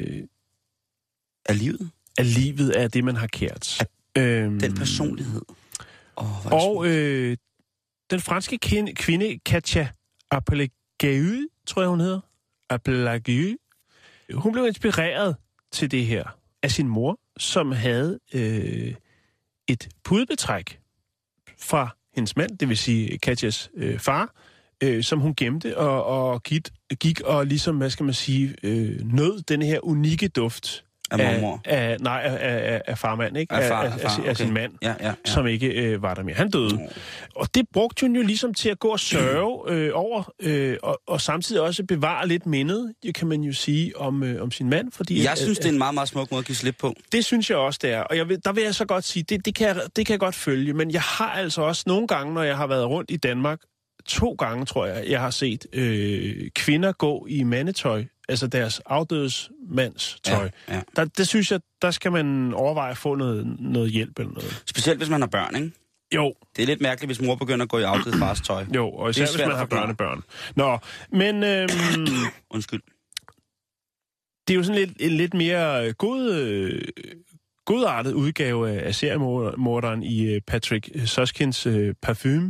Af livet? Af livet, af det, man har kært. Af øhm, den personlighed. Oh, og øh, den franske kvinde, kvinde Katja Apelageu, tror jeg, hun hedder. Apelageu. Hun blev inspireret til det her af sin mor, som havde... Øh, et pudebetræk fra hendes mand, det vil sige Katjas øh, far, øh, som hun gemte og, og gik, gik og ligesom, hvad skal man sige, øh, nød den her unikke duft af mormor. Af, af, nej, af, af, af farmand, ikke? Af, far, af, af, far, okay. af sin mand, ja, ja, ja. som ikke øh, var der mere. Han døde. Oh. Og det brugte hun jo ligesom til at gå og sørge øh, over, øh, og, og samtidig også bevare lidt mindet, kan man jo sige, om, øh, om sin mand. Fordi, jeg at, synes, at, det er en meget, meget smuk måde at give slip på. Det synes jeg også, det er. Og jeg vil, der vil jeg så godt sige, det, det, kan jeg, det kan jeg godt følge. Men jeg har altså også nogle gange, når jeg har været rundt i Danmark, to gange, tror jeg, jeg har set øh, kvinder gå i mandetøj, altså deres afdødes mands tøj. Ja, ja. Der, det synes jeg, der skal man overveje at få noget, noget hjælp eller noget. Specielt hvis man har børn, ikke? Jo. Det er lidt mærkeligt, hvis mor begynder at gå i afdødes fars tøj. Jo, og især hvis man har børnebørn. Nå, men... Øhm, Undskyld. Det er jo sådan lidt, en lidt mere god... Øh, godartet udgave af seriemorderen i Patrick Suskins øh, Parfume.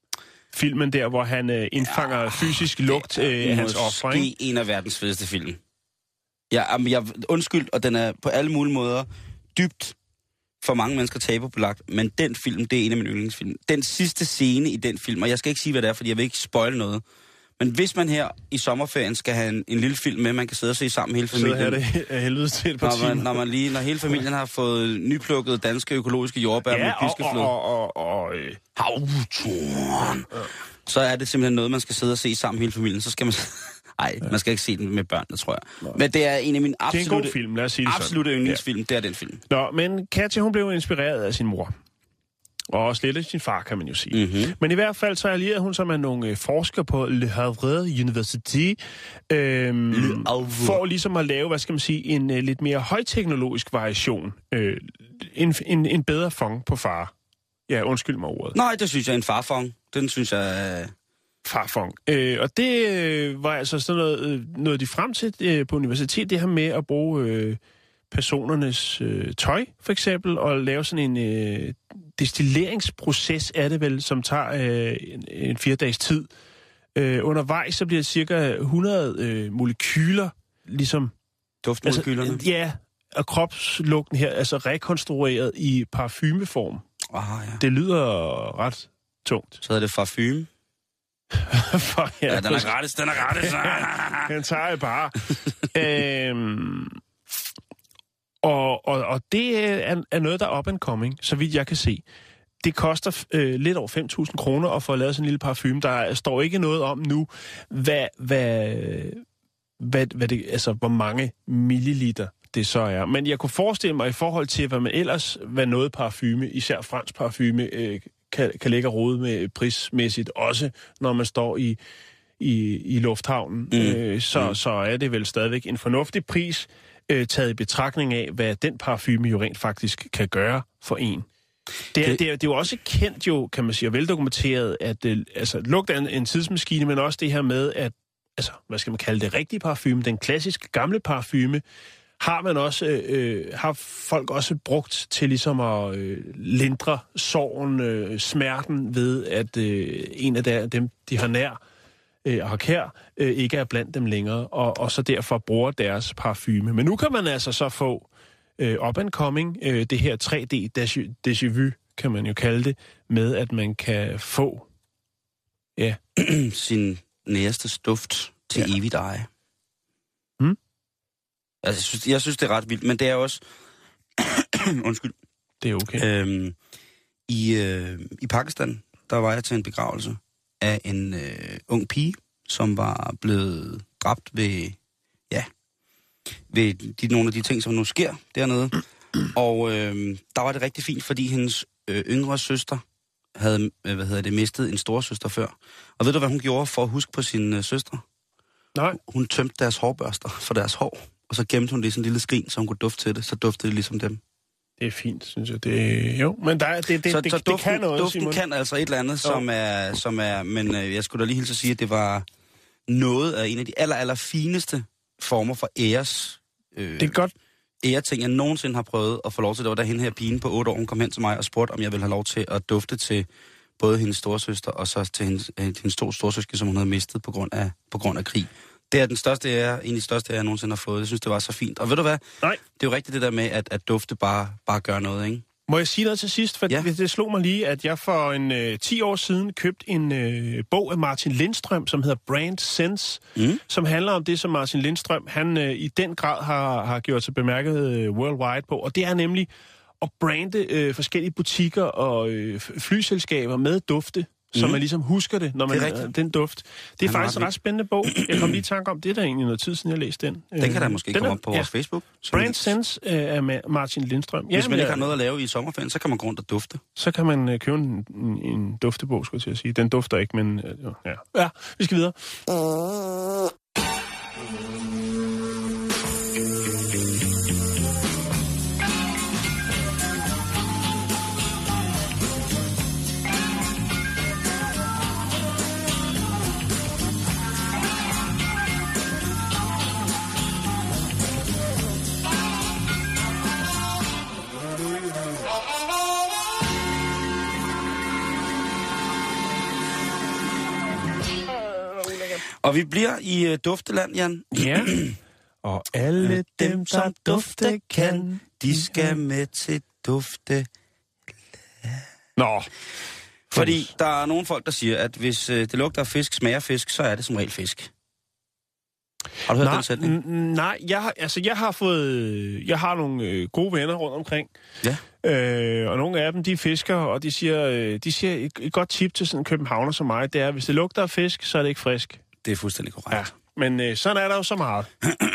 Filmen der, hvor han øh, indfanger ja, fysisk lugt øh, af hans offer. Det er en af verdens fedeste film. Ja, jeg, undskyld, og den er på alle mulige måder dybt for mange mennesker tabubelagt, men den film, det er en af mine yndlingsfilm. Den sidste scene i den film, og jeg skal ikke sige, hvad det er, fordi jeg vil ikke spoile noget. Men hvis man her i sommerferien skal have en, en lille film med, man kan sidde og se sammen hele familien. Så her det er helvede til et par når man, timer. Når, man lige, når hele familien har fået nyplukkede danske økologiske jordbær ja, med piskefløde. og, og, og, og øh. Havtorn. Ja. Så er det simpelthen noget, man skal sidde og se sammen hele familien. Så skal man... Ej, ja. Man skal ikke se den med børnene, tror jeg. Men det er en af mine absolutte... Det er en god film, lad os sige det absolutte yndlingsfilm, ja. Det er den film. Nå, men Katja, hun blev inspireret af sin mor. Og også lidt af sin far, kan man jo sige. Mm-hmm. Men i hvert fald så allierede hun sig med nogle øh, forskere på Le Havre University, øhm, for ligesom at lave, hvad skal man sige, en øh, lidt mere højteknologisk variation. Øh, en, en, en bedre fong på far. Ja, undskyld mig ordet. Nej, det synes jeg er en farfong. Den synes jeg... Øh... Farfong. Øh, og det øh, var altså sådan noget, øh, noget de frem til øh, på universitetet, det her med at bruge øh, personernes øh, tøj, for eksempel, og lave sådan en øh, destilleringsproces af det vel, som tager øh, en, en fire dages tid. Øh, undervejs så bliver det cirka hundrede øh, molekyler, ligesom... Duftmolekylerne? Altså, ja, og kropslugten her, altså rekonstrueret i parfumeform. Ah, ja. Det lyder ret tungt. Så er det parfume? For, ja, ja, den er gratis, den er gratis. Den tager jeg bare. øhm, Og, og, og det er, er noget, der er up and coming, så vidt jeg kan se. Det koster øh, lidt over fem tusind kroner at få lavet sådan en lille parfume. Der står ikke noget om nu, hvad, hvad, hvad, hvad det, altså, hvor mange milliliter det så er. Men jeg kunne forestille mig i forhold til, hvad man ellers, hvad noget parfume, især fransk parfume, øh, kan, kan lægge rode med prismæssigt, også når man står i, i, i lufthavnen, mm. øh, så, mm. så er det vel stadigvæk en fornuftig pris, øh, taget i betragtning af, hvad den parfume jo rent faktisk kan gøre for en. Det er, det, det, er, det er jo også kendt jo, kan man sige, og veldokumenteret, at øh, altså, lugt af en, en tidsmaskine, men også det her med, at, altså, hvad skal man kalde det, rigtige parfume, den klassiske gamle parfume, har man også, øh, har folk også brugt til ligesom at øh, lindre sorgen, øh, smerten ved, at øh, en af der, dem, de har nær øh, og har kær, øh, ikke er blandt dem længere, og, og så derfor bruger deres parfume. Men nu kan man altså så få øh, up and coming, øh, det her tre D déjà vu, kan man jo kalde det, med at man kan få ja. sin næreste duft til ja. evigt eje. Hmm? Altså, jeg synes, jeg synes, det er ret vildt, men det er også... Undskyld. Det er okay. Øhm, i, øh, I Pakistan, der var jeg til en begravelse af en øh, ung pige, som var blevet dræbt ved, ja, ved de, nogle af de ting, som nu sker dernede. Og øh, der var det rigtig fint, fordi hendes øh, yngre søster havde øh, hvad hedder det, mistet en storesøster før. Og ved du, hvad hun gjorde for at huske på sine øh, søstre? Nej. Hun tømte deres hårbørster for deres hår, og så gemte hun det i sådan en lille skrin, så hun kunne dufte til det. Så duftede det ligesom dem. Det er fint, synes jeg. Det, jo, men der, det, det, så, det, så det, duften, det kan noget, duften Simon. kan altså et eller andet, som er, som er... Men øh, jeg skulle da lige hilse at sige, at det var noget af en af de aller, aller fineste former for æres... Øh, det er godt. Æreting, jeg nogensinde har prøvet at få lov til. Det var da hende her pigen på otte år, hun kom hen til mig og spurgte, om jeg ville have lov til at dufte til både hendes storesøster og så til hendes, hendes to storsøske, som hun havde mistet på grund af, på grund af krig. Det er den største ære, en af de største ære, jeg nogensinde har fået. Jeg synes, det var så fint. Og ved du hvad? Nej. Det er jo rigtigt det der med, at, at dufte bare, bare gør noget, ikke? Må jeg sige noget til sidst? For ja. det, det slog mig lige, at jeg for en øh, ti år siden købte en øh, bog af Martin Lindstrøm, som hedder Brand Sense, mm. som handler om det, som Martin Lindstrøm, han øh, i den grad har, har gjort sig bemærket øh, worldwide på. Og det er nemlig at brande øh, forskellige butikker og øh, flyselskaber med dufte, så mm. man ligesom husker det, når man det øh, den duft. Det er han faktisk en ret spændende bog. Jeg kom lige i tanke om, det er der egentlig noget tid siden, jeg læste den. Den kan da måske den komme op på ja. vores Facebook. Brand Sense øh, af Martin Lindstrøm. Hvis man ikke har noget at lave i sommerferien, så kan man gå rundt og dufte. Så kan man øh, købe en, en, en duftebog, skulle jeg til at sige. Den dufter ikke, men øh, ja. ja, vi skal videre. Og vi bliver i uh, dufteland, Jan. Ja. Og alle dem, som dufte kan, de skal med til dufte. Nå. Fordi der er nogle folk, der siger, at hvis uh, det lugter af fisk, smager fisk, så er det som regel fisk. Har du hørt nej, den sætning? Nej, jeg har, altså jeg har fået, jeg har nogle øh, gode venner rundt omkring. Ja. Øh, og nogle af dem, de er fiskere, og de siger, øh, de siger et, et godt tip til sådan en københavner som mig, det er, hvis det lugter af fisk, så er det ikke frisk. Det er fuldstændig korrekt. Ja, men øh, sådan er der jo så meget.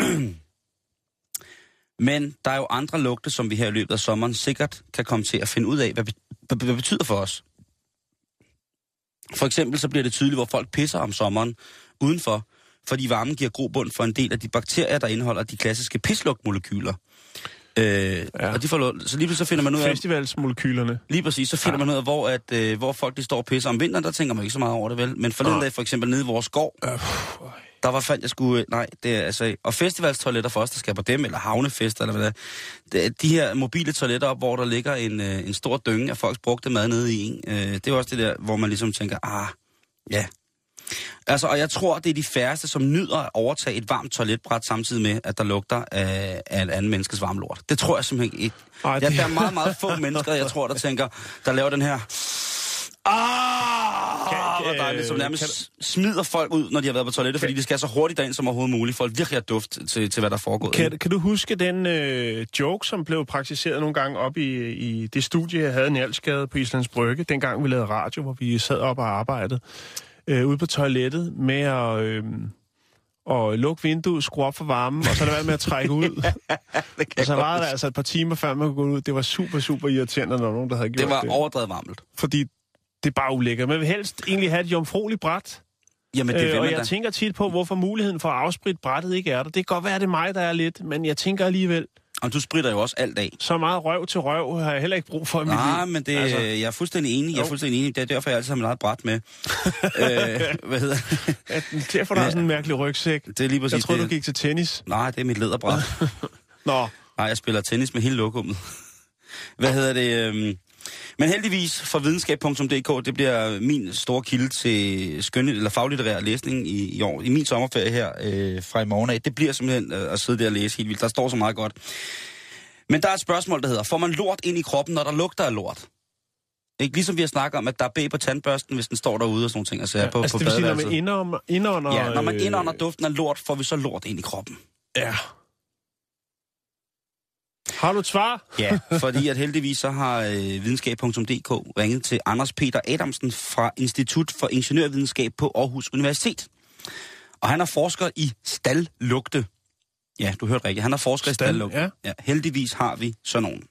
Men der er jo andre lugte, som vi her i løbet af sommeren sikkert kan komme til at finde ud af, hvad, hvad, hvad betyder for os. For eksempel så bliver det tydeligt, hvor folk pisser om sommeren udenfor, fordi varmen giver grobund for en del af de bakterier, der indeholder de klassiske pislugtmolekyler. Øh, ja. Og de får lov, så lige så finder man ud af... Festivalsmolekylerne. Lige præcis, så finder ja. man ud af, hvor, at, øh, hvor folk de står og pisser om vinteren, der tænker man ikke så meget over det, vel? Men forleden ja. dag for eksempel nede i vores skov, øh, der var fandt jeg skulle... Nej, det er altså... Og festivalstoiletter for os, der skal på dem, eller havnefester, eller hvad det er. Det, de her mobile toiletter op, hvor der ligger en, øh, en stor dynge af folks brugte mad nede i en. Øh, det er også det der, hvor man ligesom tænker, ah, ja... Altså, og jeg tror, det er de færreste, som nyder at overtage et varmt toiletbræt, samtidig med, at der lugter af, af en anden menneskes varm lort. Det tror jeg simpelthen ikke. Ej, det... Der er meget, meget få mennesker, jeg tror, der tænker, der laver den her... Ah, hvor dejligt, som nærmest kan, smider folk ud, når de har været på toilettet, kan, fordi de skal så hurtigt derind som overhovedet muligt, for at virkelig have duft til, til hvad der foregår. Kan, kan du huske den øh, joke, som blev praktiseret nogle gange op i, i det studie, jeg havde i Njalsgade på Islands Brygge, dengang vi lavede radio, hvor vi sad op og arbejdede øh, ude på toilettet med at... Øh, og lukke vinduet, skrue op for varmen, og så lade være med at trække ud. Og så var der altså et par timer, før man kunne gå ud. Det var super, super irriterende, når nogen, der havde gjort det. Det var det. overdrevet varmt. Fordi det er bare ulækkert. Man vil helst egentlig have et jomfrueligt bræt. Jamen, det øh, og jeg da. tænker tit på, hvorfor muligheden for at afspritte brættet ikke er der. Det kan godt være, det er mig, der er lidt, men jeg tænker alligevel... Og du spritter jo også alt af. Så meget røv til røv har jeg heller ikke brug for i mit liv. Nej, men det, altså, jeg er fuldstændig enig. Jeg er fuldstændig enig. Det er derfor, jeg altid har mit eget bræt med. øh, hvad hedder det? Derfor der er sådan en mærkelig rygsæk. Det er lige præcis jeg tror, det. du gik til tennis. Nej, det er mit læderbræt. Nå. Nej, jeg spiller tennis med hele lokummet. Hvad hedder det? Øhm... Men heldigvis for videnskab punktum d k, det bliver min store kilde til skønne eller faglitterær læsning i, i år. I min sommerferie her øh, fra i morgen af. Det bliver simpelthen øh, at sidde der og læse helt vildt. Der står så meget godt. Men der er et spørgsmål, der hedder, får man lort ind i kroppen, når der lugter af lort? Ikke ligesom vi har snakket om, at der er bag på tandbørsten, hvis den står derude og sådan nogle ting. Altså, ja, på, altså på det vil sige, når man indånder... indånder ja, når man indånder duften af lort, får vi så lort ind i kroppen. Ja. Har du et svar? Ja, fordi at heldigvis så har øh, videnskab punktum d k ringet til Anders Peter Adamsen fra Institut for Ingeniørvidenskab på Aarhus Universitet. Og han er forsker i staldlugte. Ja, du hørte rigtigt. Han er forsker Stal, i staldlugte. Ja. Ja, heldigvis har vi sådan nogen.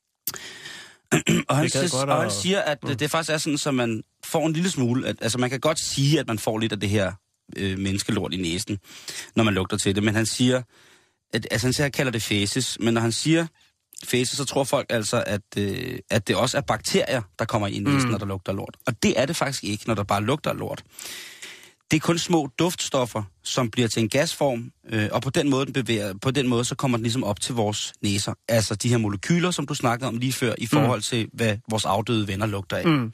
og, han siger, godt, og han siger, at mm. det faktisk er sådan, så man får en lille smule... At, altså man kan godt sige, at man får lidt af det her øh, menneskelort i næsen, når man lugter til det. Men han siger... At, altså han siger, han kalder det fæses, men når han siger fæses, så tror folk altså, at, øh, at det også er bakterier, der kommer ind i næsen, mm. når der lugter lort. Og det er det faktisk ikke, når der bare lugter lort. Det er kun små duftstoffer, som bliver til en gasform, øh, og på den måde, den bevæger, på den måde, så kommer den ligesom op til vores næser. Altså de her molekyler, som du snakkede om lige før, i forhold til, hvad vores afdøde venner lugter af. Mm.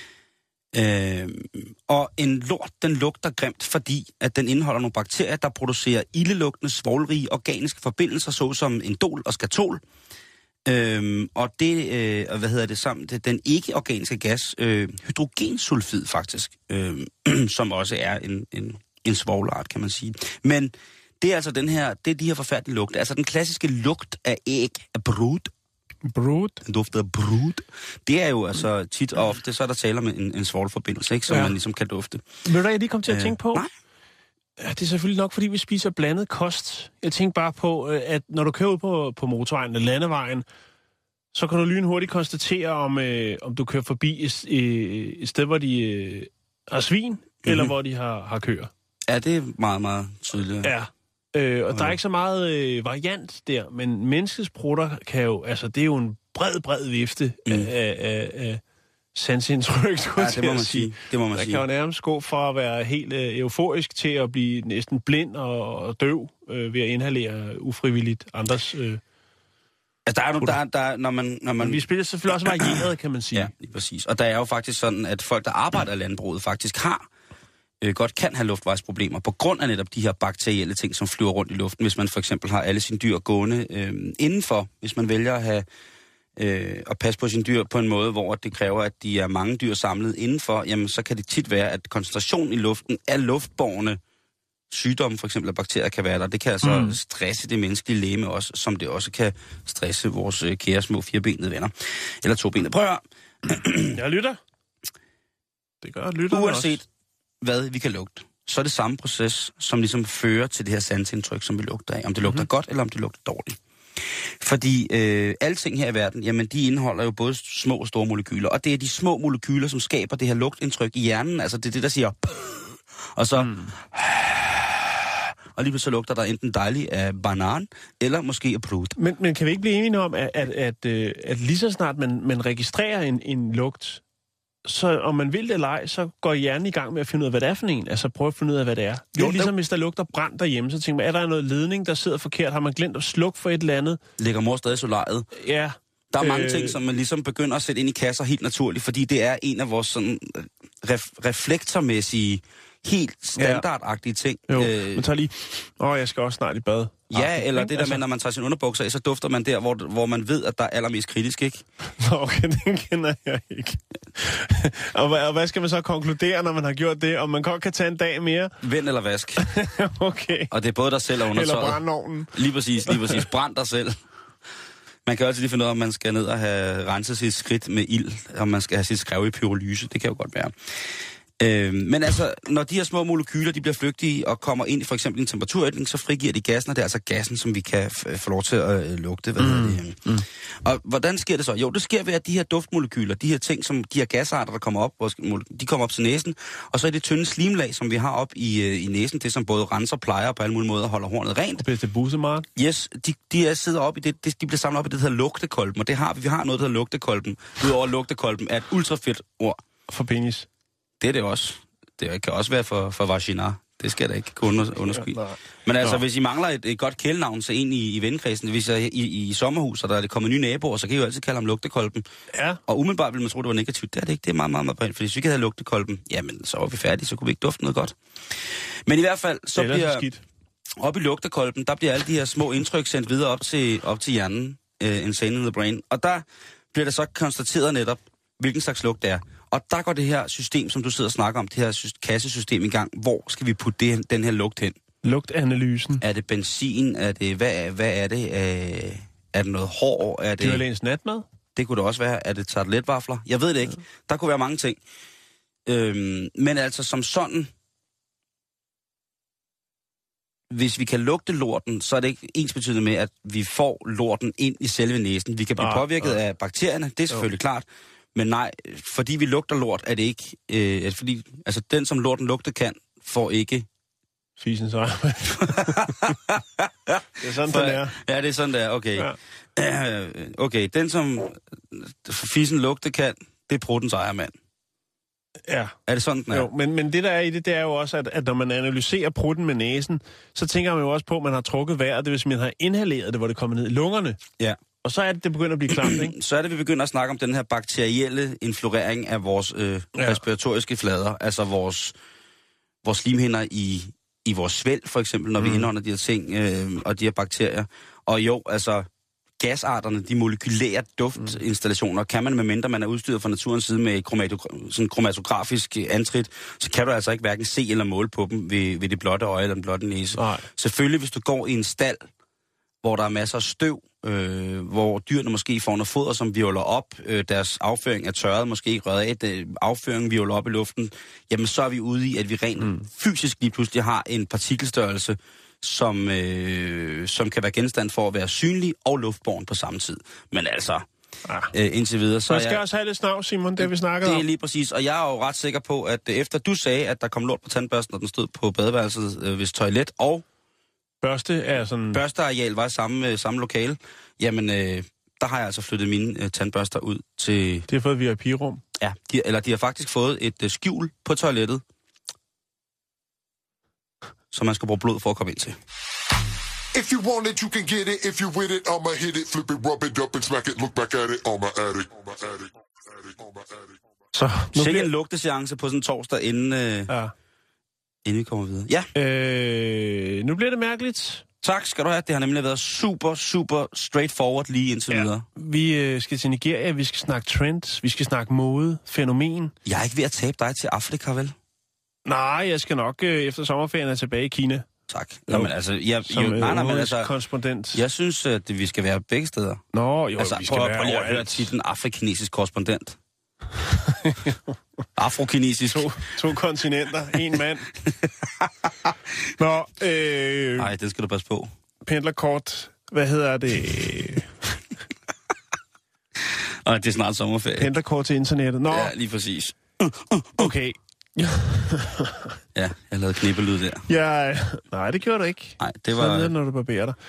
Øh, og en lort, den lugter grimt, fordi at den indeholder nogle bakterier, der producerer ildelugtende, svovlrige organiske forbindelser, såsom endol og skatol. Øh, og det, øh, hvad hedder det sammen, det, den ikke-organiske gas, øh, hydrogensulfid faktisk, øh, som også er en, en, en svovlart, kan man sige. Men det er altså den her, det er de her forfærdelige lugte, altså den klassiske lugt af æg, af brud. Brud? Den dufter af brud. Det er jo altså tit og ofte, så er der tale om en, en svovlforbindelse, ikke, som ja. man ligesom kan dufte. Ved du hvad, jeg lige kom til at øh, tænke på? Nej. Ja, det er selvfølgelig nok, fordi vi spiser blandet kost. Jeg tænker bare på, at når du kører ud på, på motorvejen eller landevejen, så kan du lynhurtigt konstatere, om, øh, om du kører forbi et, et sted, hvor de øh, har svin, mm-hmm. eller hvor de har, har køer. Ja, det er meget, meget tydeligt. Ja. Øh, og der er ikke så meget øh, variant der, men menneskets prutter kan jo, altså det er jo en bred, bred vifte mm. af, af, af sansindtryk, skulle ja, det må man sige. sige. Det må man der sige. kan jo nærmest gå fra at være helt øh, euforisk til at blive næsten blind og, og døv øh, ved at inhalere ufrivilligt andres... Øh, altså, der er jo, der, der, når man, når man... Men vi spiller selvfølgelig også varieret, kan man sige. Ja, lige præcis. Og der er jo faktisk sådan, at folk, der arbejder i landbruget, faktisk har øh, godt kan have luftvejsproblemer på grund af netop de her bakterielle ting, som flyver rundt i luften, hvis man for eksempel har alle sine dyr gående øh, indenfor, hvis man vælger at have øh, at passe på sine dyr på en måde, hvor det kræver, at de er mange dyr samlet indenfor, jamen så kan det tit være, at koncentrationen i luften af luftbårne sygdomme, for eksempel af bakterier, kan være der. Det kan altså mm. stresse det menneskelige legeme også, som det også kan stresse vores øh, kære små firebenede venner. Eller tobenede. Prøv at høre. Jeg lytter. Det gør lytter Uanset også. hvad vi kan lugte, så er det samme proces, som ligesom fører til det her sansindtryk, som vi lugter af. Om det lugter mm-hmm. godt, eller om det lugter dårligt. Fordi øh, alle ting her i verden, jamen de indeholder jo både små og store molekyler. Og det er de små molekyler, som skaber det her lugtindtryk i hjernen. Altså det er det, der siger... Og så... Mm. Og lige så lugter der enten dejligt af banan, eller måske af brud. Men, men kan vi ikke blive enige om, at, at, at, at, at lige så snart man, man registrerer en, en lugt, så om man vil det eller ej, så går hjernen i gang med at finde ud af, hvad det er for en. Altså prøve at finde ud af, hvad det er. Det er jo, ligesom, hvis der lugter brand derhjemme, så tænker man, er der noget ledning, der sidder forkert? Har man glemt at slukke for et eller andet? Ligger mor stadig solariet? Ja. Der er mange øh... ting, som man ligesom begynder at sætte ind i kasser helt naturligt, fordi det er en af vores sådan ref- reflektormæssige, helt standardagtige ting. Jo, øh... men tager lige... Åh, oh, jeg skal også snart i bad. Ja, eller det der altså... med, når man tager sin underbukser af, så dufter man der, hvor, hvor man ved, at der er allermest kritisk, ikke? Okay, den kender jeg ikke. og, hvad, og hvad skal man så konkludere, når man har gjort det? Om man godt kan tage en dag mere? Vend eller vask. Okay. Og det er både dig selv og undertøjet. Eller brændeovnen. Lige præcis, lige præcis. Brænd dig selv. Man kan også lige finde ud af, om man skal ned og have renset sit skridt med ild, om man skal have sit skrev i pyrolyse. Det kan jo godt være. Øh, men altså, når de her små molekyler, de bliver flygtige og kommer ind i for eksempel en temperaturændring, så frigiver de gassen, og det er altså gassen, som vi kan f- få lov til at øh, lugte. Hvad mm. det mm. Og hvordan sker det så? Jo, det sker ved, at de her duftmolekyler, de her ting, som de her gasarter, der kommer op, de kommer op til næsen, og så er det tynde slimlag, som vi har op i, øh, i næsen, det som både renser, plejer og på alle mulige måder holder hornet rent. Bedste busemart. Yes, de, de er sidder op i det, de, de bliver samlet op i det, der hedder lugtekolben, og det har vi. Vi har noget, der hedder lugtekolben. Udover lugtekolben er et ultrafedt ord. For penis. Det er det også. Det kan også være for, for vagina. Det skal jeg da ikke kunne under, underskyde. Ja, men altså, Nå. hvis I mangler et, et godt kælenavn, så ind i, i vennekredsen, hvis jeg i, i, i sommerhus, og der er det kommet nye naboer, så kan I jo altid kalde ham lugtekolben. Ja. Og umiddelbart vil man tro, det var negativt. Det er det ikke. Det er meget, meget, meget pænt. For hvis vi ikke havde lugtekolben, jamen, så var vi færdige, så kunne vi ikke dufte noget godt. Men i hvert fald, så det bliver... skidt. Op i lugtekolben, der bliver alle de her små indtryk sendt videre op til, op til hjernen, uh, insane in the brain. Og der bliver der så konstateret netop, hvilken slags lugt det er. Og der går det her system, som du sidder og snakker om, det her kassesystem i gang. Hvor skal vi putte det, den her lugt hen? Lugtanalysen. Er det benzin? Er det, hvad, hvad er det? Er, er det noget hår? Er det Dyrlægens natmad? Det kunne det også være. Er det tarteletvafler? Jeg ved det ikke. Ja. Der kunne være mange ting. Øhm, men altså som sådan, hvis vi kan lugte lorten, så er det ikke ensbetydende med, at vi får lorten ind i selve næsen. Vi kan blive ah, påvirket ah. af bakterierne, det er selvfølgelig jo. klart. Men nej, fordi vi lugter lort, er det ikke... Øh, fordi, altså, den, som lorten lugte kan, får ikke... Fisens arbejde. Det er sådan, For, den er. Ja, det er sådan, det er. Okay. Ja. Øh, okay, den, som fisen lugte kan, det er pruttens ejermand. Ja. Er det sådan, den er? Jo, men, men det, der er i det, det er jo også, at, at når man analyserer prutten med næsen, så tænker man jo også på, at man har trukket vejret, det vil sige, man har inhaleret det, hvor det kommer ned i lungerne. Ja. Og så er det, det begynder at blive klamt, ikke? Så er det, vi begynder at snakke om den her bakterielle influering af vores øh, ja. respiratoriske flader, altså vores, vores slimhinder i, i vores svælg, for eksempel, når mm. vi indånder de her ting, øh, og de her bakterier. Og jo, altså, gasarterne, de molekylære duftinstallationer, kan man, medmindre man er udstyret fra naturens side med kromato- sådan kromatografisk antrit, så kan du altså ikke hverken se eller måle på dem ved, ved det blotte øje eller den blotte næse. Nej. Selvfølgelig, hvis du går i en stald, hvor der er masser af støv, øh, hvor dyrene måske får noget foder, som virvler op, øh, deres afføring er tørret, måske ikke røget af, det, afføringen virvler op i luften, jamen så er vi ude i, at vi rent mm. fysisk lige pludselig har en partikelstørrelse, som, øh, som kan være genstand for at være synlig og luftborn på samme tid. Men altså, ah. øh, indtil videre... Så man skal jeg, også have lidt snavs, Simon, det vi snakkede om. Det er lige præcis, og jeg er jo ret sikker på, at efter du sagde, at der kom lort på tandbørsten, når den stod på badeværelset øh, ved toilet, og Børste er sådan... børsteareal var i samme, øh, samme lokale, jamen, øh, der har jeg altså flyttet mine øh, tandbørster ud til... Det har fået V I P-rum. Ja, de, eller de har faktisk fået et øh, skjul på toilettet, som man skal bruge blod for at komme ind til. If you want it, you can get it. If you with it, I'ma hit it, flip it, rub it up and smack it, look back at it, on my attic, on my attic, on my attic. Så nu Sikke bliver... en lugteseance på sådan en torsdag, inden, øh, ja. inden vi kommer videre. Ja. Øh, nu bliver det mærkeligt. Tak skal du have. Det har nemlig været super, super straightforward lige indtil ja. videre. Vi øh, skal til Nigeria, vi skal snakke trends, vi skal snakke mode, fænomen. Jeg er ikke ved at tabe dig til Afrika, vel? Nej, jeg skal nok øh, efter sommerferien er tilbage i Kina. Tak. Nå, men altså, jeg, som jo, nej, nej, men altså, korrespondent. Jeg synes, at vi skal være begge steder. Nå, jo, altså, vi skal prøv, være prøv lige at høre titlen afrikanesisk korrespondent. Afrokinesisk. To, to kontinenter, en mand. Nå, øh... Nej, det skal du passe på. Pendlerkort, hvad hedder det? Nej, det er snart sommerferie. Pendlerkort til internettet. Nå. Ja, lige præcis. Okay. Ja, jeg lavede knippelyd der. Ja, nej, det gjorde du ikke. Nej, det var... Sådan er det, når du barberer dig.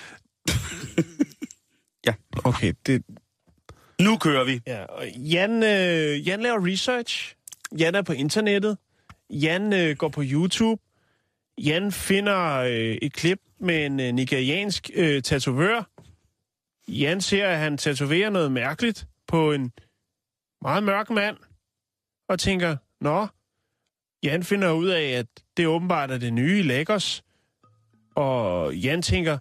Ja. Okay, det... Nu kører vi. Ja, og Jan, øh, Jan laver research. Jan er på internettet. Jan øh, går på YouTube. Jan finder øh, et klip med en øh, nigeriansk øh, tatovør. Jan ser, at han tatoverer noget mærkeligt på en meget mørk mand. Og tænker, nå... Jan finder ud af, at det åbenbart er det nye i Lagos. Og Jan tænker,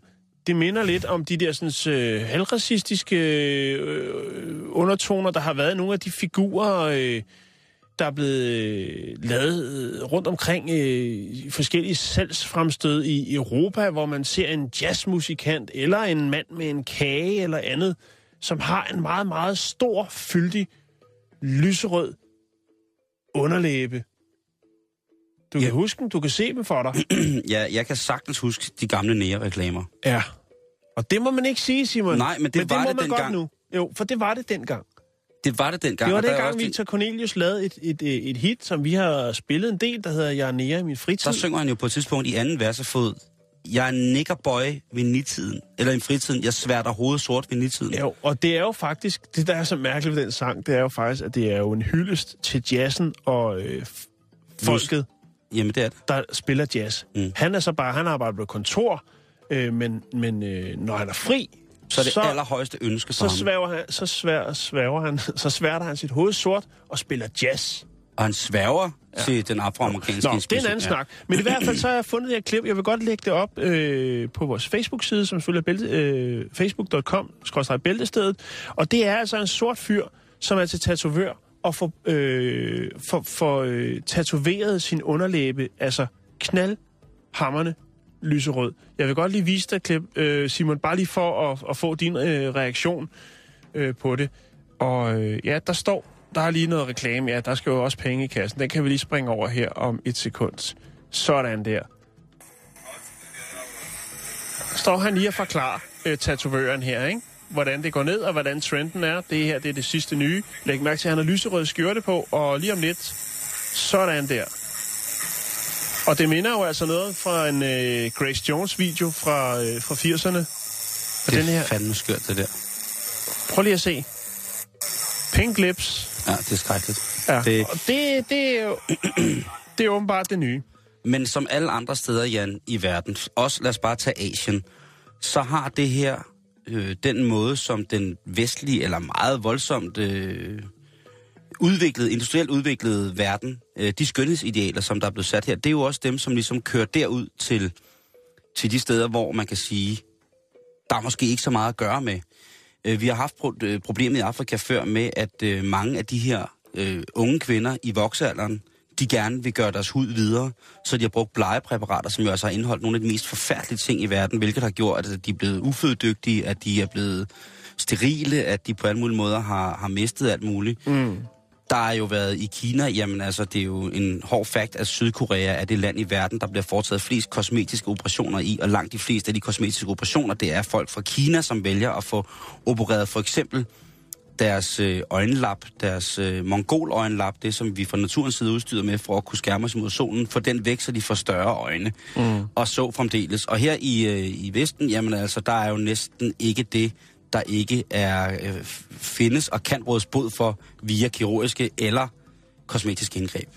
det minder lidt om de der sådan, øh, halvracistiske øh, undertoner, der har været nogle af de figurer, øh, der er blevet øh, lavet rundt omkring øh, forskellige salgsfremstød i Europa, hvor man ser en jazzmusikant eller en mand med en kage eller andet, som har en meget, meget stor, fyldig, lyserød underlæbe. Du kan ja. huske dem, du kan se dem for dig. Ja, jeg kan sagtens huske de gamle nære-reklamer. Ja, og det må man ikke sige, Simon. Nej, men det men var det, må det man dengang. godt nu. Jo, for det var det dengang. Det var det dengang. Det var dengang, også... Victor Cornelius lavede et, et, et hit, som vi har spillet en del, der hedder Jeg er nære i min fritid. Så synger han jo på et tidspunkt i anden versefod, jeg er niggerboy ved nitiden, eller i fritiden, jeg sværter hovedet sort ved nitiden. Jo, og det er jo faktisk, det der er så mærkeligt ved den sang, det er jo faktisk, at det er jo en hyldest til jazzen og øh, folket, Jamen, det er det. der spiller jazz. Mm. Han er så bare, han arbejder på kontor, øh, men, men øh, når han er fri, så er det så, allerhøjeste ønske for så ham. Sværger han, så svær, sværger han, så sværter han sit hoved sort og spiller jazz. Og han sværger ja. til den afroamerikanske Nå, det er en anden ja. snak. Men i hvert fald så har jeg fundet det her klip. Jeg vil godt lægge det op øh, på vores Facebook-side, som selvfølgelig er bælte, øh, facebook punktum com skråstreg bæltestedet. Og det er altså en sort fyr, som er til tatovør og får, øh, for, for øh, tatoveret sin underlæbe, altså knaldhamrende lyserød. Jeg vil godt lige vise dig et klip, øh, Simon, bare lige for at, at få din øh, reaktion øh, på det. Og øh, ja, der står, der er lige noget reklame. Ja, der skal jo også penge i kassen. Den kan vi lige springe over her om et sekund. Sådan der. Står han lige og forklarer øh, tatovøren her, ikke? Hvordan det går ned, og hvordan trenden er. Det her, det er det sidste nye. Læg mærke til, at han har lyserød skjorte på, og lige om lidt, sådan der. Og det minder jo altså noget fra en øh, Grace Jones-video fra, øh, fra firserne. Og det er den her... fandme skørt, det der. Prøv lige at se. Pink lips. Ja, det er skrækkeligt. Ja, det... og det, det, er jo, det er åbenbart det nye. Men som alle andre steder, Jan, i verden, også lad os bare tage Asien, så har det her øh, den måde, som den vestlige, eller meget voldsomt øh, udviklede, industrielt udviklede verden, øh, de skønhedsidealer, som der er blevet sat her, det er jo også dem, som ligesom kører derud til, til de steder, hvor man kan sige, der er måske ikke så meget at gøre med. Øh, vi har haft pro- øh, problemet i Afrika før med, at øh, mange af de her øh, unge kvinder i voksealderen, de gerne vil gøre deres hud videre, så de har brugt blegepræparater, som jo altså har indeholdt nogle af de mest forfærdelige ting i verden, hvilket har gjort, at de er blevet uføddygtige, at de er blevet sterile, at de på alle mulige måder har, har mistet alt muligt. Mm. Der har jo været i Kina, jamen altså, det er jo en hård fakt, at Sydkorea er det land i verden, der bliver foretaget flest kosmetiske operationer i, og langt de fleste af de kosmetiske operationer, det er folk fra Kina, som vælger at få opereret for eksempel deres øh, øjenlap, deres øh, mongol-øjenlap, det som vi fra naturens side udstyrer med for at kunne skærme os imod solen, for den væk, så de får større øjne, mm. og så fremdeles. Og her i, øh, i Vesten, jamen altså, der er jo næsten ikke det, der ikke er øh, findes og kan rådes bod for via kirurgiske eller kosmetiske indgreb.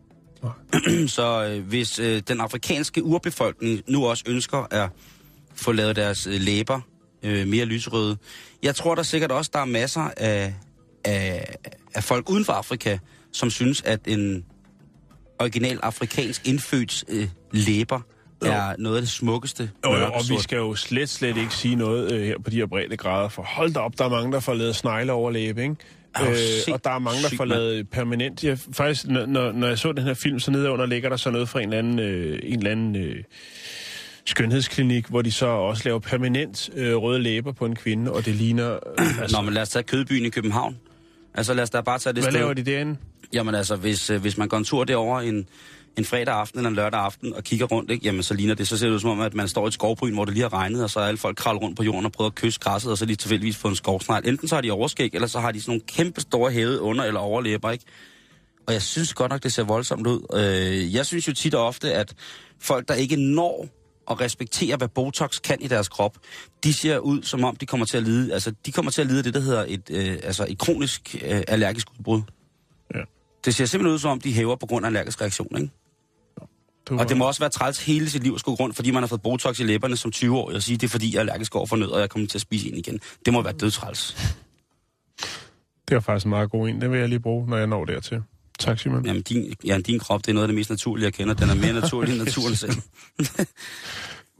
Mm. Så øh, hvis øh, den afrikanske urbefolkning nu også ønsker at få lavet deres øh, læber øh, mere lyserøde, jeg tror der sikkert også, der er masser af, af, af folk uden for Afrika, som synes, at en original afrikansk indfødt øh, læber jo. er noget af det smukkeste. Jo, jo, og vi skal jo slet, slet ikke sige noget øh, her på de her brede grader, for hold da op, der er mange, der får lavet snegleoverlæbe, ikke? Øh, og der er mange, der får lavet permanent. Jeg, faktisk, når, når jeg så den her film, så nede under ligger der så noget fra en eller anden, øh, en eller anden øh, skønhedsklinik, hvor de så også laver permanent øh, røde læber på en kvinde, og det ligner... Øh, altså... Nå, men lad os tage Kødbyen i København. Altså lad os da bare tage det Hvad sted. laver de derinde? Jamen altså, hvis, øh, hvis man går en tur derover en, en fredag aften eller en lørdag aften og kigger rundt, ikke? Jamen så ligner det, så ser det ud som om, at man står i et skovbryn, hvor det lige har regnet, og så er alle folk kravlet rundt på jorden og prøvet at kysse græsset, og så er de tilfældigvis fået en skovsnegl. Enten så har de overskæg, eller så har de sådan nogle kæmpe store hævede under- eller overlæber, ikke? Og jeg synes godt nok, det ser voldsomt ud. Øh, jeg synes jo tit og ofte, at folk, der ikke når at respektere, hvad Botox kan i deres krop, de ser ud, som om de kommer til at lide, altså de kommer til at lide af det, der hedder et, øh, altså et kronisk øh, allergisk udbrud. Ja. Det ser simpelthen ud, som om de hæver på grund af allergisk reaktion, ikke? Du... Og det må også være træls hele sit liv at gå rundt, fordi man har fået Botox i læberne som tyve-årig, og sige, det er fordi, jeg er allergisk over for nød, og jeg kommer til at spise en igen. Det må være dødtræls. Det er faktisk en meget god en. Den vil jeg lige bruge, når jeg når dertil. Tak, Simon. Jamen, din, ja, din krop, det er noget af det mest naturlige, jeg kender. Den er mere naturlig end naturen selv.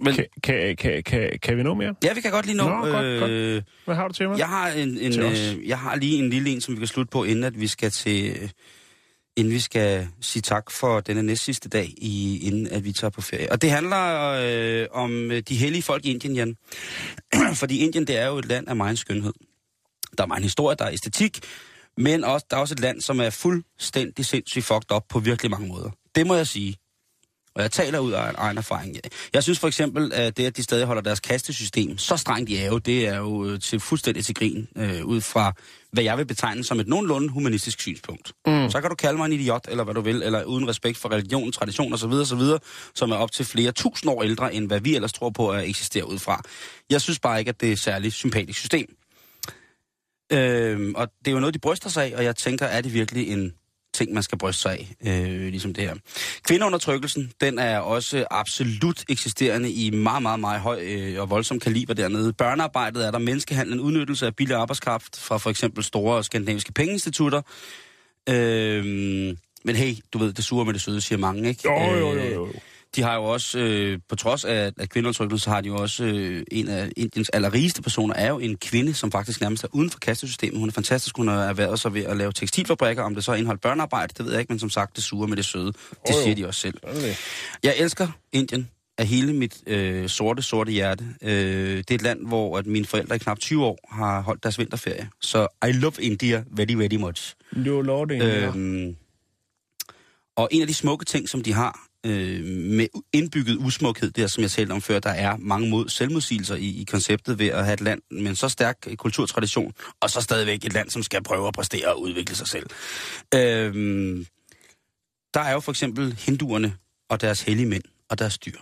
Men, kan, kan, kan, kan, kan vi nå mere? Ja, vi kan godt lige nå. Nå, godt, øh, godt. Hvad har du til mig? Jeg har, en, en, øh, jeg har lige en lille en, som vi kan slutte på, inden at vi skal til... inden vi skal sige tak for denne næst sidste dag, i, inden at vi tager på ferie. Og det handler øh, om de hellige folk i Indien, Jan. Fordi Indien, det er jo et land af megen skønhed. Der er meget historie, der er æstetik, men også, der er også et land, som er fuldstændig sindssygt fucked up på virkelig mange måder. Det må jeg sige. Og jeg taler ud af en egen erfaring. Jeg synes for eksempel, at det, at de stadig holder deres kastesystem så strengt i ave, det er jo til fuldstændig til grin, øh, ud fra, hvad jeg vil betegne som et nogenlunde humanistisk synspunkt. Mm. Så kan du kalde mig en idiot, eller hvad du vil, eller uden respekt for religion, tradition osv., osv., som er op til flere tusind år ældre, end hvad vi ellers tror på at eksistere ud fra. Jeg synes bare ikke, at det er et særligt sympatisk system. Øh, og det er jo noget, de bryster sig af, og jeg tænker, er det virkelig en ting, man skal bryste sig af, øh, ligesom det her. Kvindeundertrykkelsen, den er også absolut eksisterende i meget, meget, meget høj øh, og voldsom kaliber dernede. Børnearbejdet er der, menneskehandlen, udnyttelse af billig arbejdskraft fra for eksempel store skandinaviske pengeinstitutter. Øh, men hey, du ved, det sure med det søde, siger mange, ikke? Jo, jo, jo, jo. De har jo også, øh, på trods af, at kvindeundertrykkelsen, så har de jo også, øh, en af Indiens allerrigeste personer er jo en kvinde, som faktisk nærmest er uden for kastesystemet. Hun er fantastisk, hun har erhvervet sig ved at lave tekstilfabrikker, om det så er indholdt børnearbejde, det ved jeg ikke, men som sagt, det sure med det søde. Det oh, siger de også selv. Okay. Jeg elsker Indien af hele mit øh, sorte, sorte hjerte. Øh, det er et land, hvor at mine forældre i knap tyve år har holdt deres vinterferie. Så I love India very, very much. Du love det, øhm, Og en af de smukke ting, som de har, Øh, med indbygget usmukhed, der som jeg talte om før, der er mange mod selvmodsigelser i, i konceptet ved at have et land med en så stærk kulturtradition, og så stadigvæk et land, som skal prøve at præstere og udvikle sig selv. Øh, der er jo for eksempel hinduerne og deres hellige mænd og deres dyr.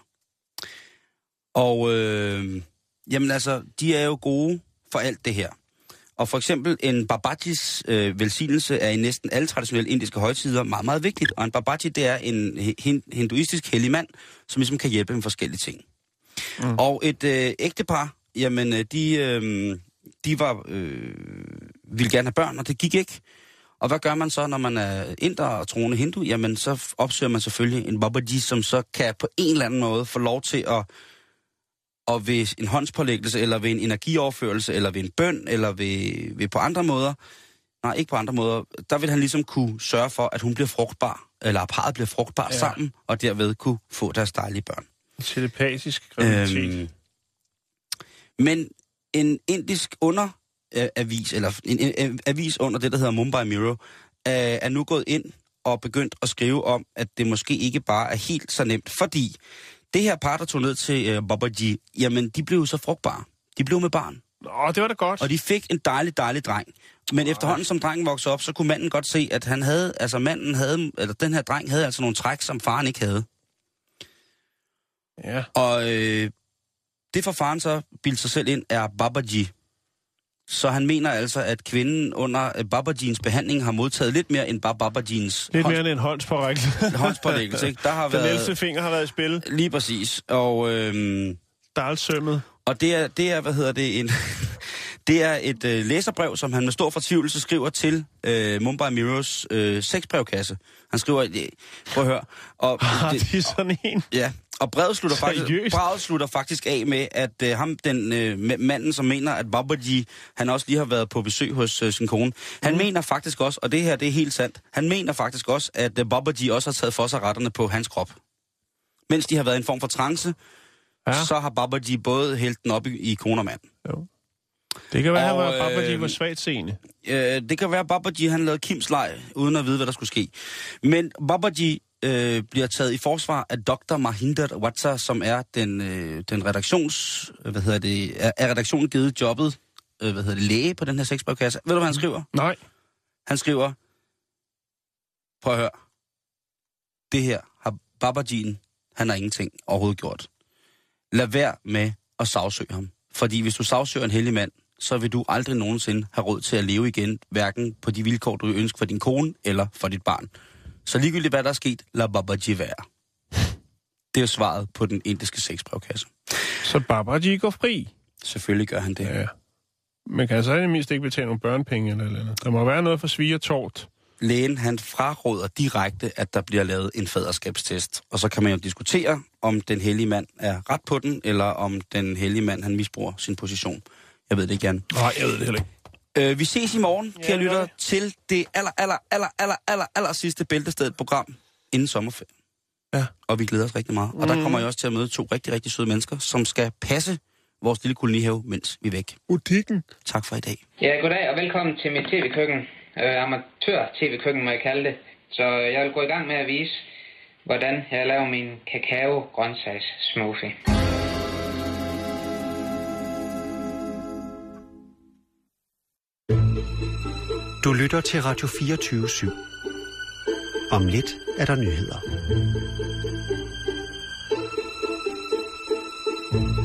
Og øh, jamen altså, de er jo gode for alt det her. Og for eksempel en babajis øh, velsignelse er i næsten alle traditionelle indiske højtider meget, meget vigtigt. Og en babaji, det er en hin- hinduistisk hellig mand, som ligesom kan hjælpe med forskellige ting. Mm. Og et øh, ægtepar, jamen de, øh, de var, øh, ville gerne have børn, og det gik ikke. Og hvad gør man så, når man er inder og troende hindu? Jamen så opsøger man selvfølgelig en babaji, som så kan på en eller anden måde få lov til at og ved en håndspålæggelse, eller ved en energioverførelse, eller ved en bøn, eller ved, ved på andre måder, nej, ikke på andre måder, der vil han ligesom kunne sørge for, at hun bliver frugtbar, eller parret bliver frugtbar ja. sammen, og derved kunne få deres dejlige børn. Telepatisk graviditet. Øhm, men en indisk underavis, eller en, en, en avis under det, der hedder Mumbai Mirror, er, er nu gået ind og begyndt at skrive om, at det måske ikke bare er helt så nemt, fordi det her par, der tog ned til uh, Babaji, jamen, de blev så frugtbare. De blev med barn. Nå, det var da godt. Og de fik en dejlig, dejlig dreng. Men Nå. efterhånden, som drengen voksede op, så kunne manden godt se, at han havde, altså manden havde, eller den her dreng havde altså nogle træk, som faren ikke havde. Ja. Og øh, det for faren så bildte sig selv ind, er Babaji. Så han mener altså, at kvinden under Babajins behandling har modtaget lidt mere end bare Babajins... Lidt mere end en håndspårækkelse. håndspålæggelse, ikke? Der har Den været... ældste finger har været i spil. Lige præcis. Og... Øhm, Dalsømmet. Og det er, det er, hvad hedder det, en... det er et øh, læserbrev, som han med stor fortvivlelse skriver til øh, Mumbai Mirrors øh, sexbrevkasse. Han skriver... Øh, prøv at høre. Og, ah, det, det er sådan en... Ja. Og brevet slutter, faktisk, brevet slutter faktisk af med, at øh, ham, den øh, manden, som mener, at Babaji, han også lige har været på besøg hos øh, sin kone, han mm. mener faktisk også, og det her, det er helt sandt, han mener faktisk også, at øh, Babaji også har taget for sig retterne på hans krop. Mens de har været i en form for trance, ja. så har Babaji både hældt den op i, i kone og mand. Jo. Det kan være, og, at Babaji øh, var svagt seende. Øh, det kan være, at Babaji, han lavede kimsleg, uden at vide, hvad der skulle ske. Men Babaji Øh, bliver taget i forsvar af doktor Mahinder Watsa, som er den, øh, den redaktions... Hvad hedder det? Er, er redaktionen givet jobbet, øh, hvad hedder det, læge på den her sexbrevkasse? Ved du, hvad han skriver? Nej. Han skriver, prøv at høre, det her har Babajien, han har ingenting overhovedet gjort. Lad være med at sagsøge ham. Fordi hvis du sagsøger en hellig mand, så vil du aldrig nogensinde have råd til at leve igen, hverken på de vilkår, du ønsker for din kone eller for dit barn. Så ligegyldigt hvad der er sket, lad Babaji være. Det er svaret på den indiske sexbrevkasse. Så Babaji går fri? Selvfølgelig gør han det. Ja. Men kan så i det mindst ikke betale nogle børnepenge eller eller andet? Der må være noget for svig og tort. lægen han fraråder direkte, at der bliver lavet en faderskabstest. Og så kan man jo diskutere, om den hellige mand er ret på den, eller om den hellige mand han misbruger sin position. Jeg ved det ikke, Jan. Nej, jeg ved det heller ikke. Øh, vi ses i morgen, kære ja, lytter, til det aller, aller, aller, aller, aller, aller sidste Bæltestedet-program inden sommerferien. Ja. Og vi glæder os rigtig meget. Og der kommer jeg også til at møde to rigtig, rigtig søde mennesker, som skal passe vores lille kolonihave, mens vi er væk. Butikken. Tak for i dag. Ja, goddag og velkommen til mit tv-køkken. Uh, amatør-tv-køkken, må jeg kalde det. Så jeg vil gå i gang med at vise, hvordan jeg laver min kakao-grøntsags-smoothie. Du lytter til Radio fireogtyve syv. Om lidt er der nyheder.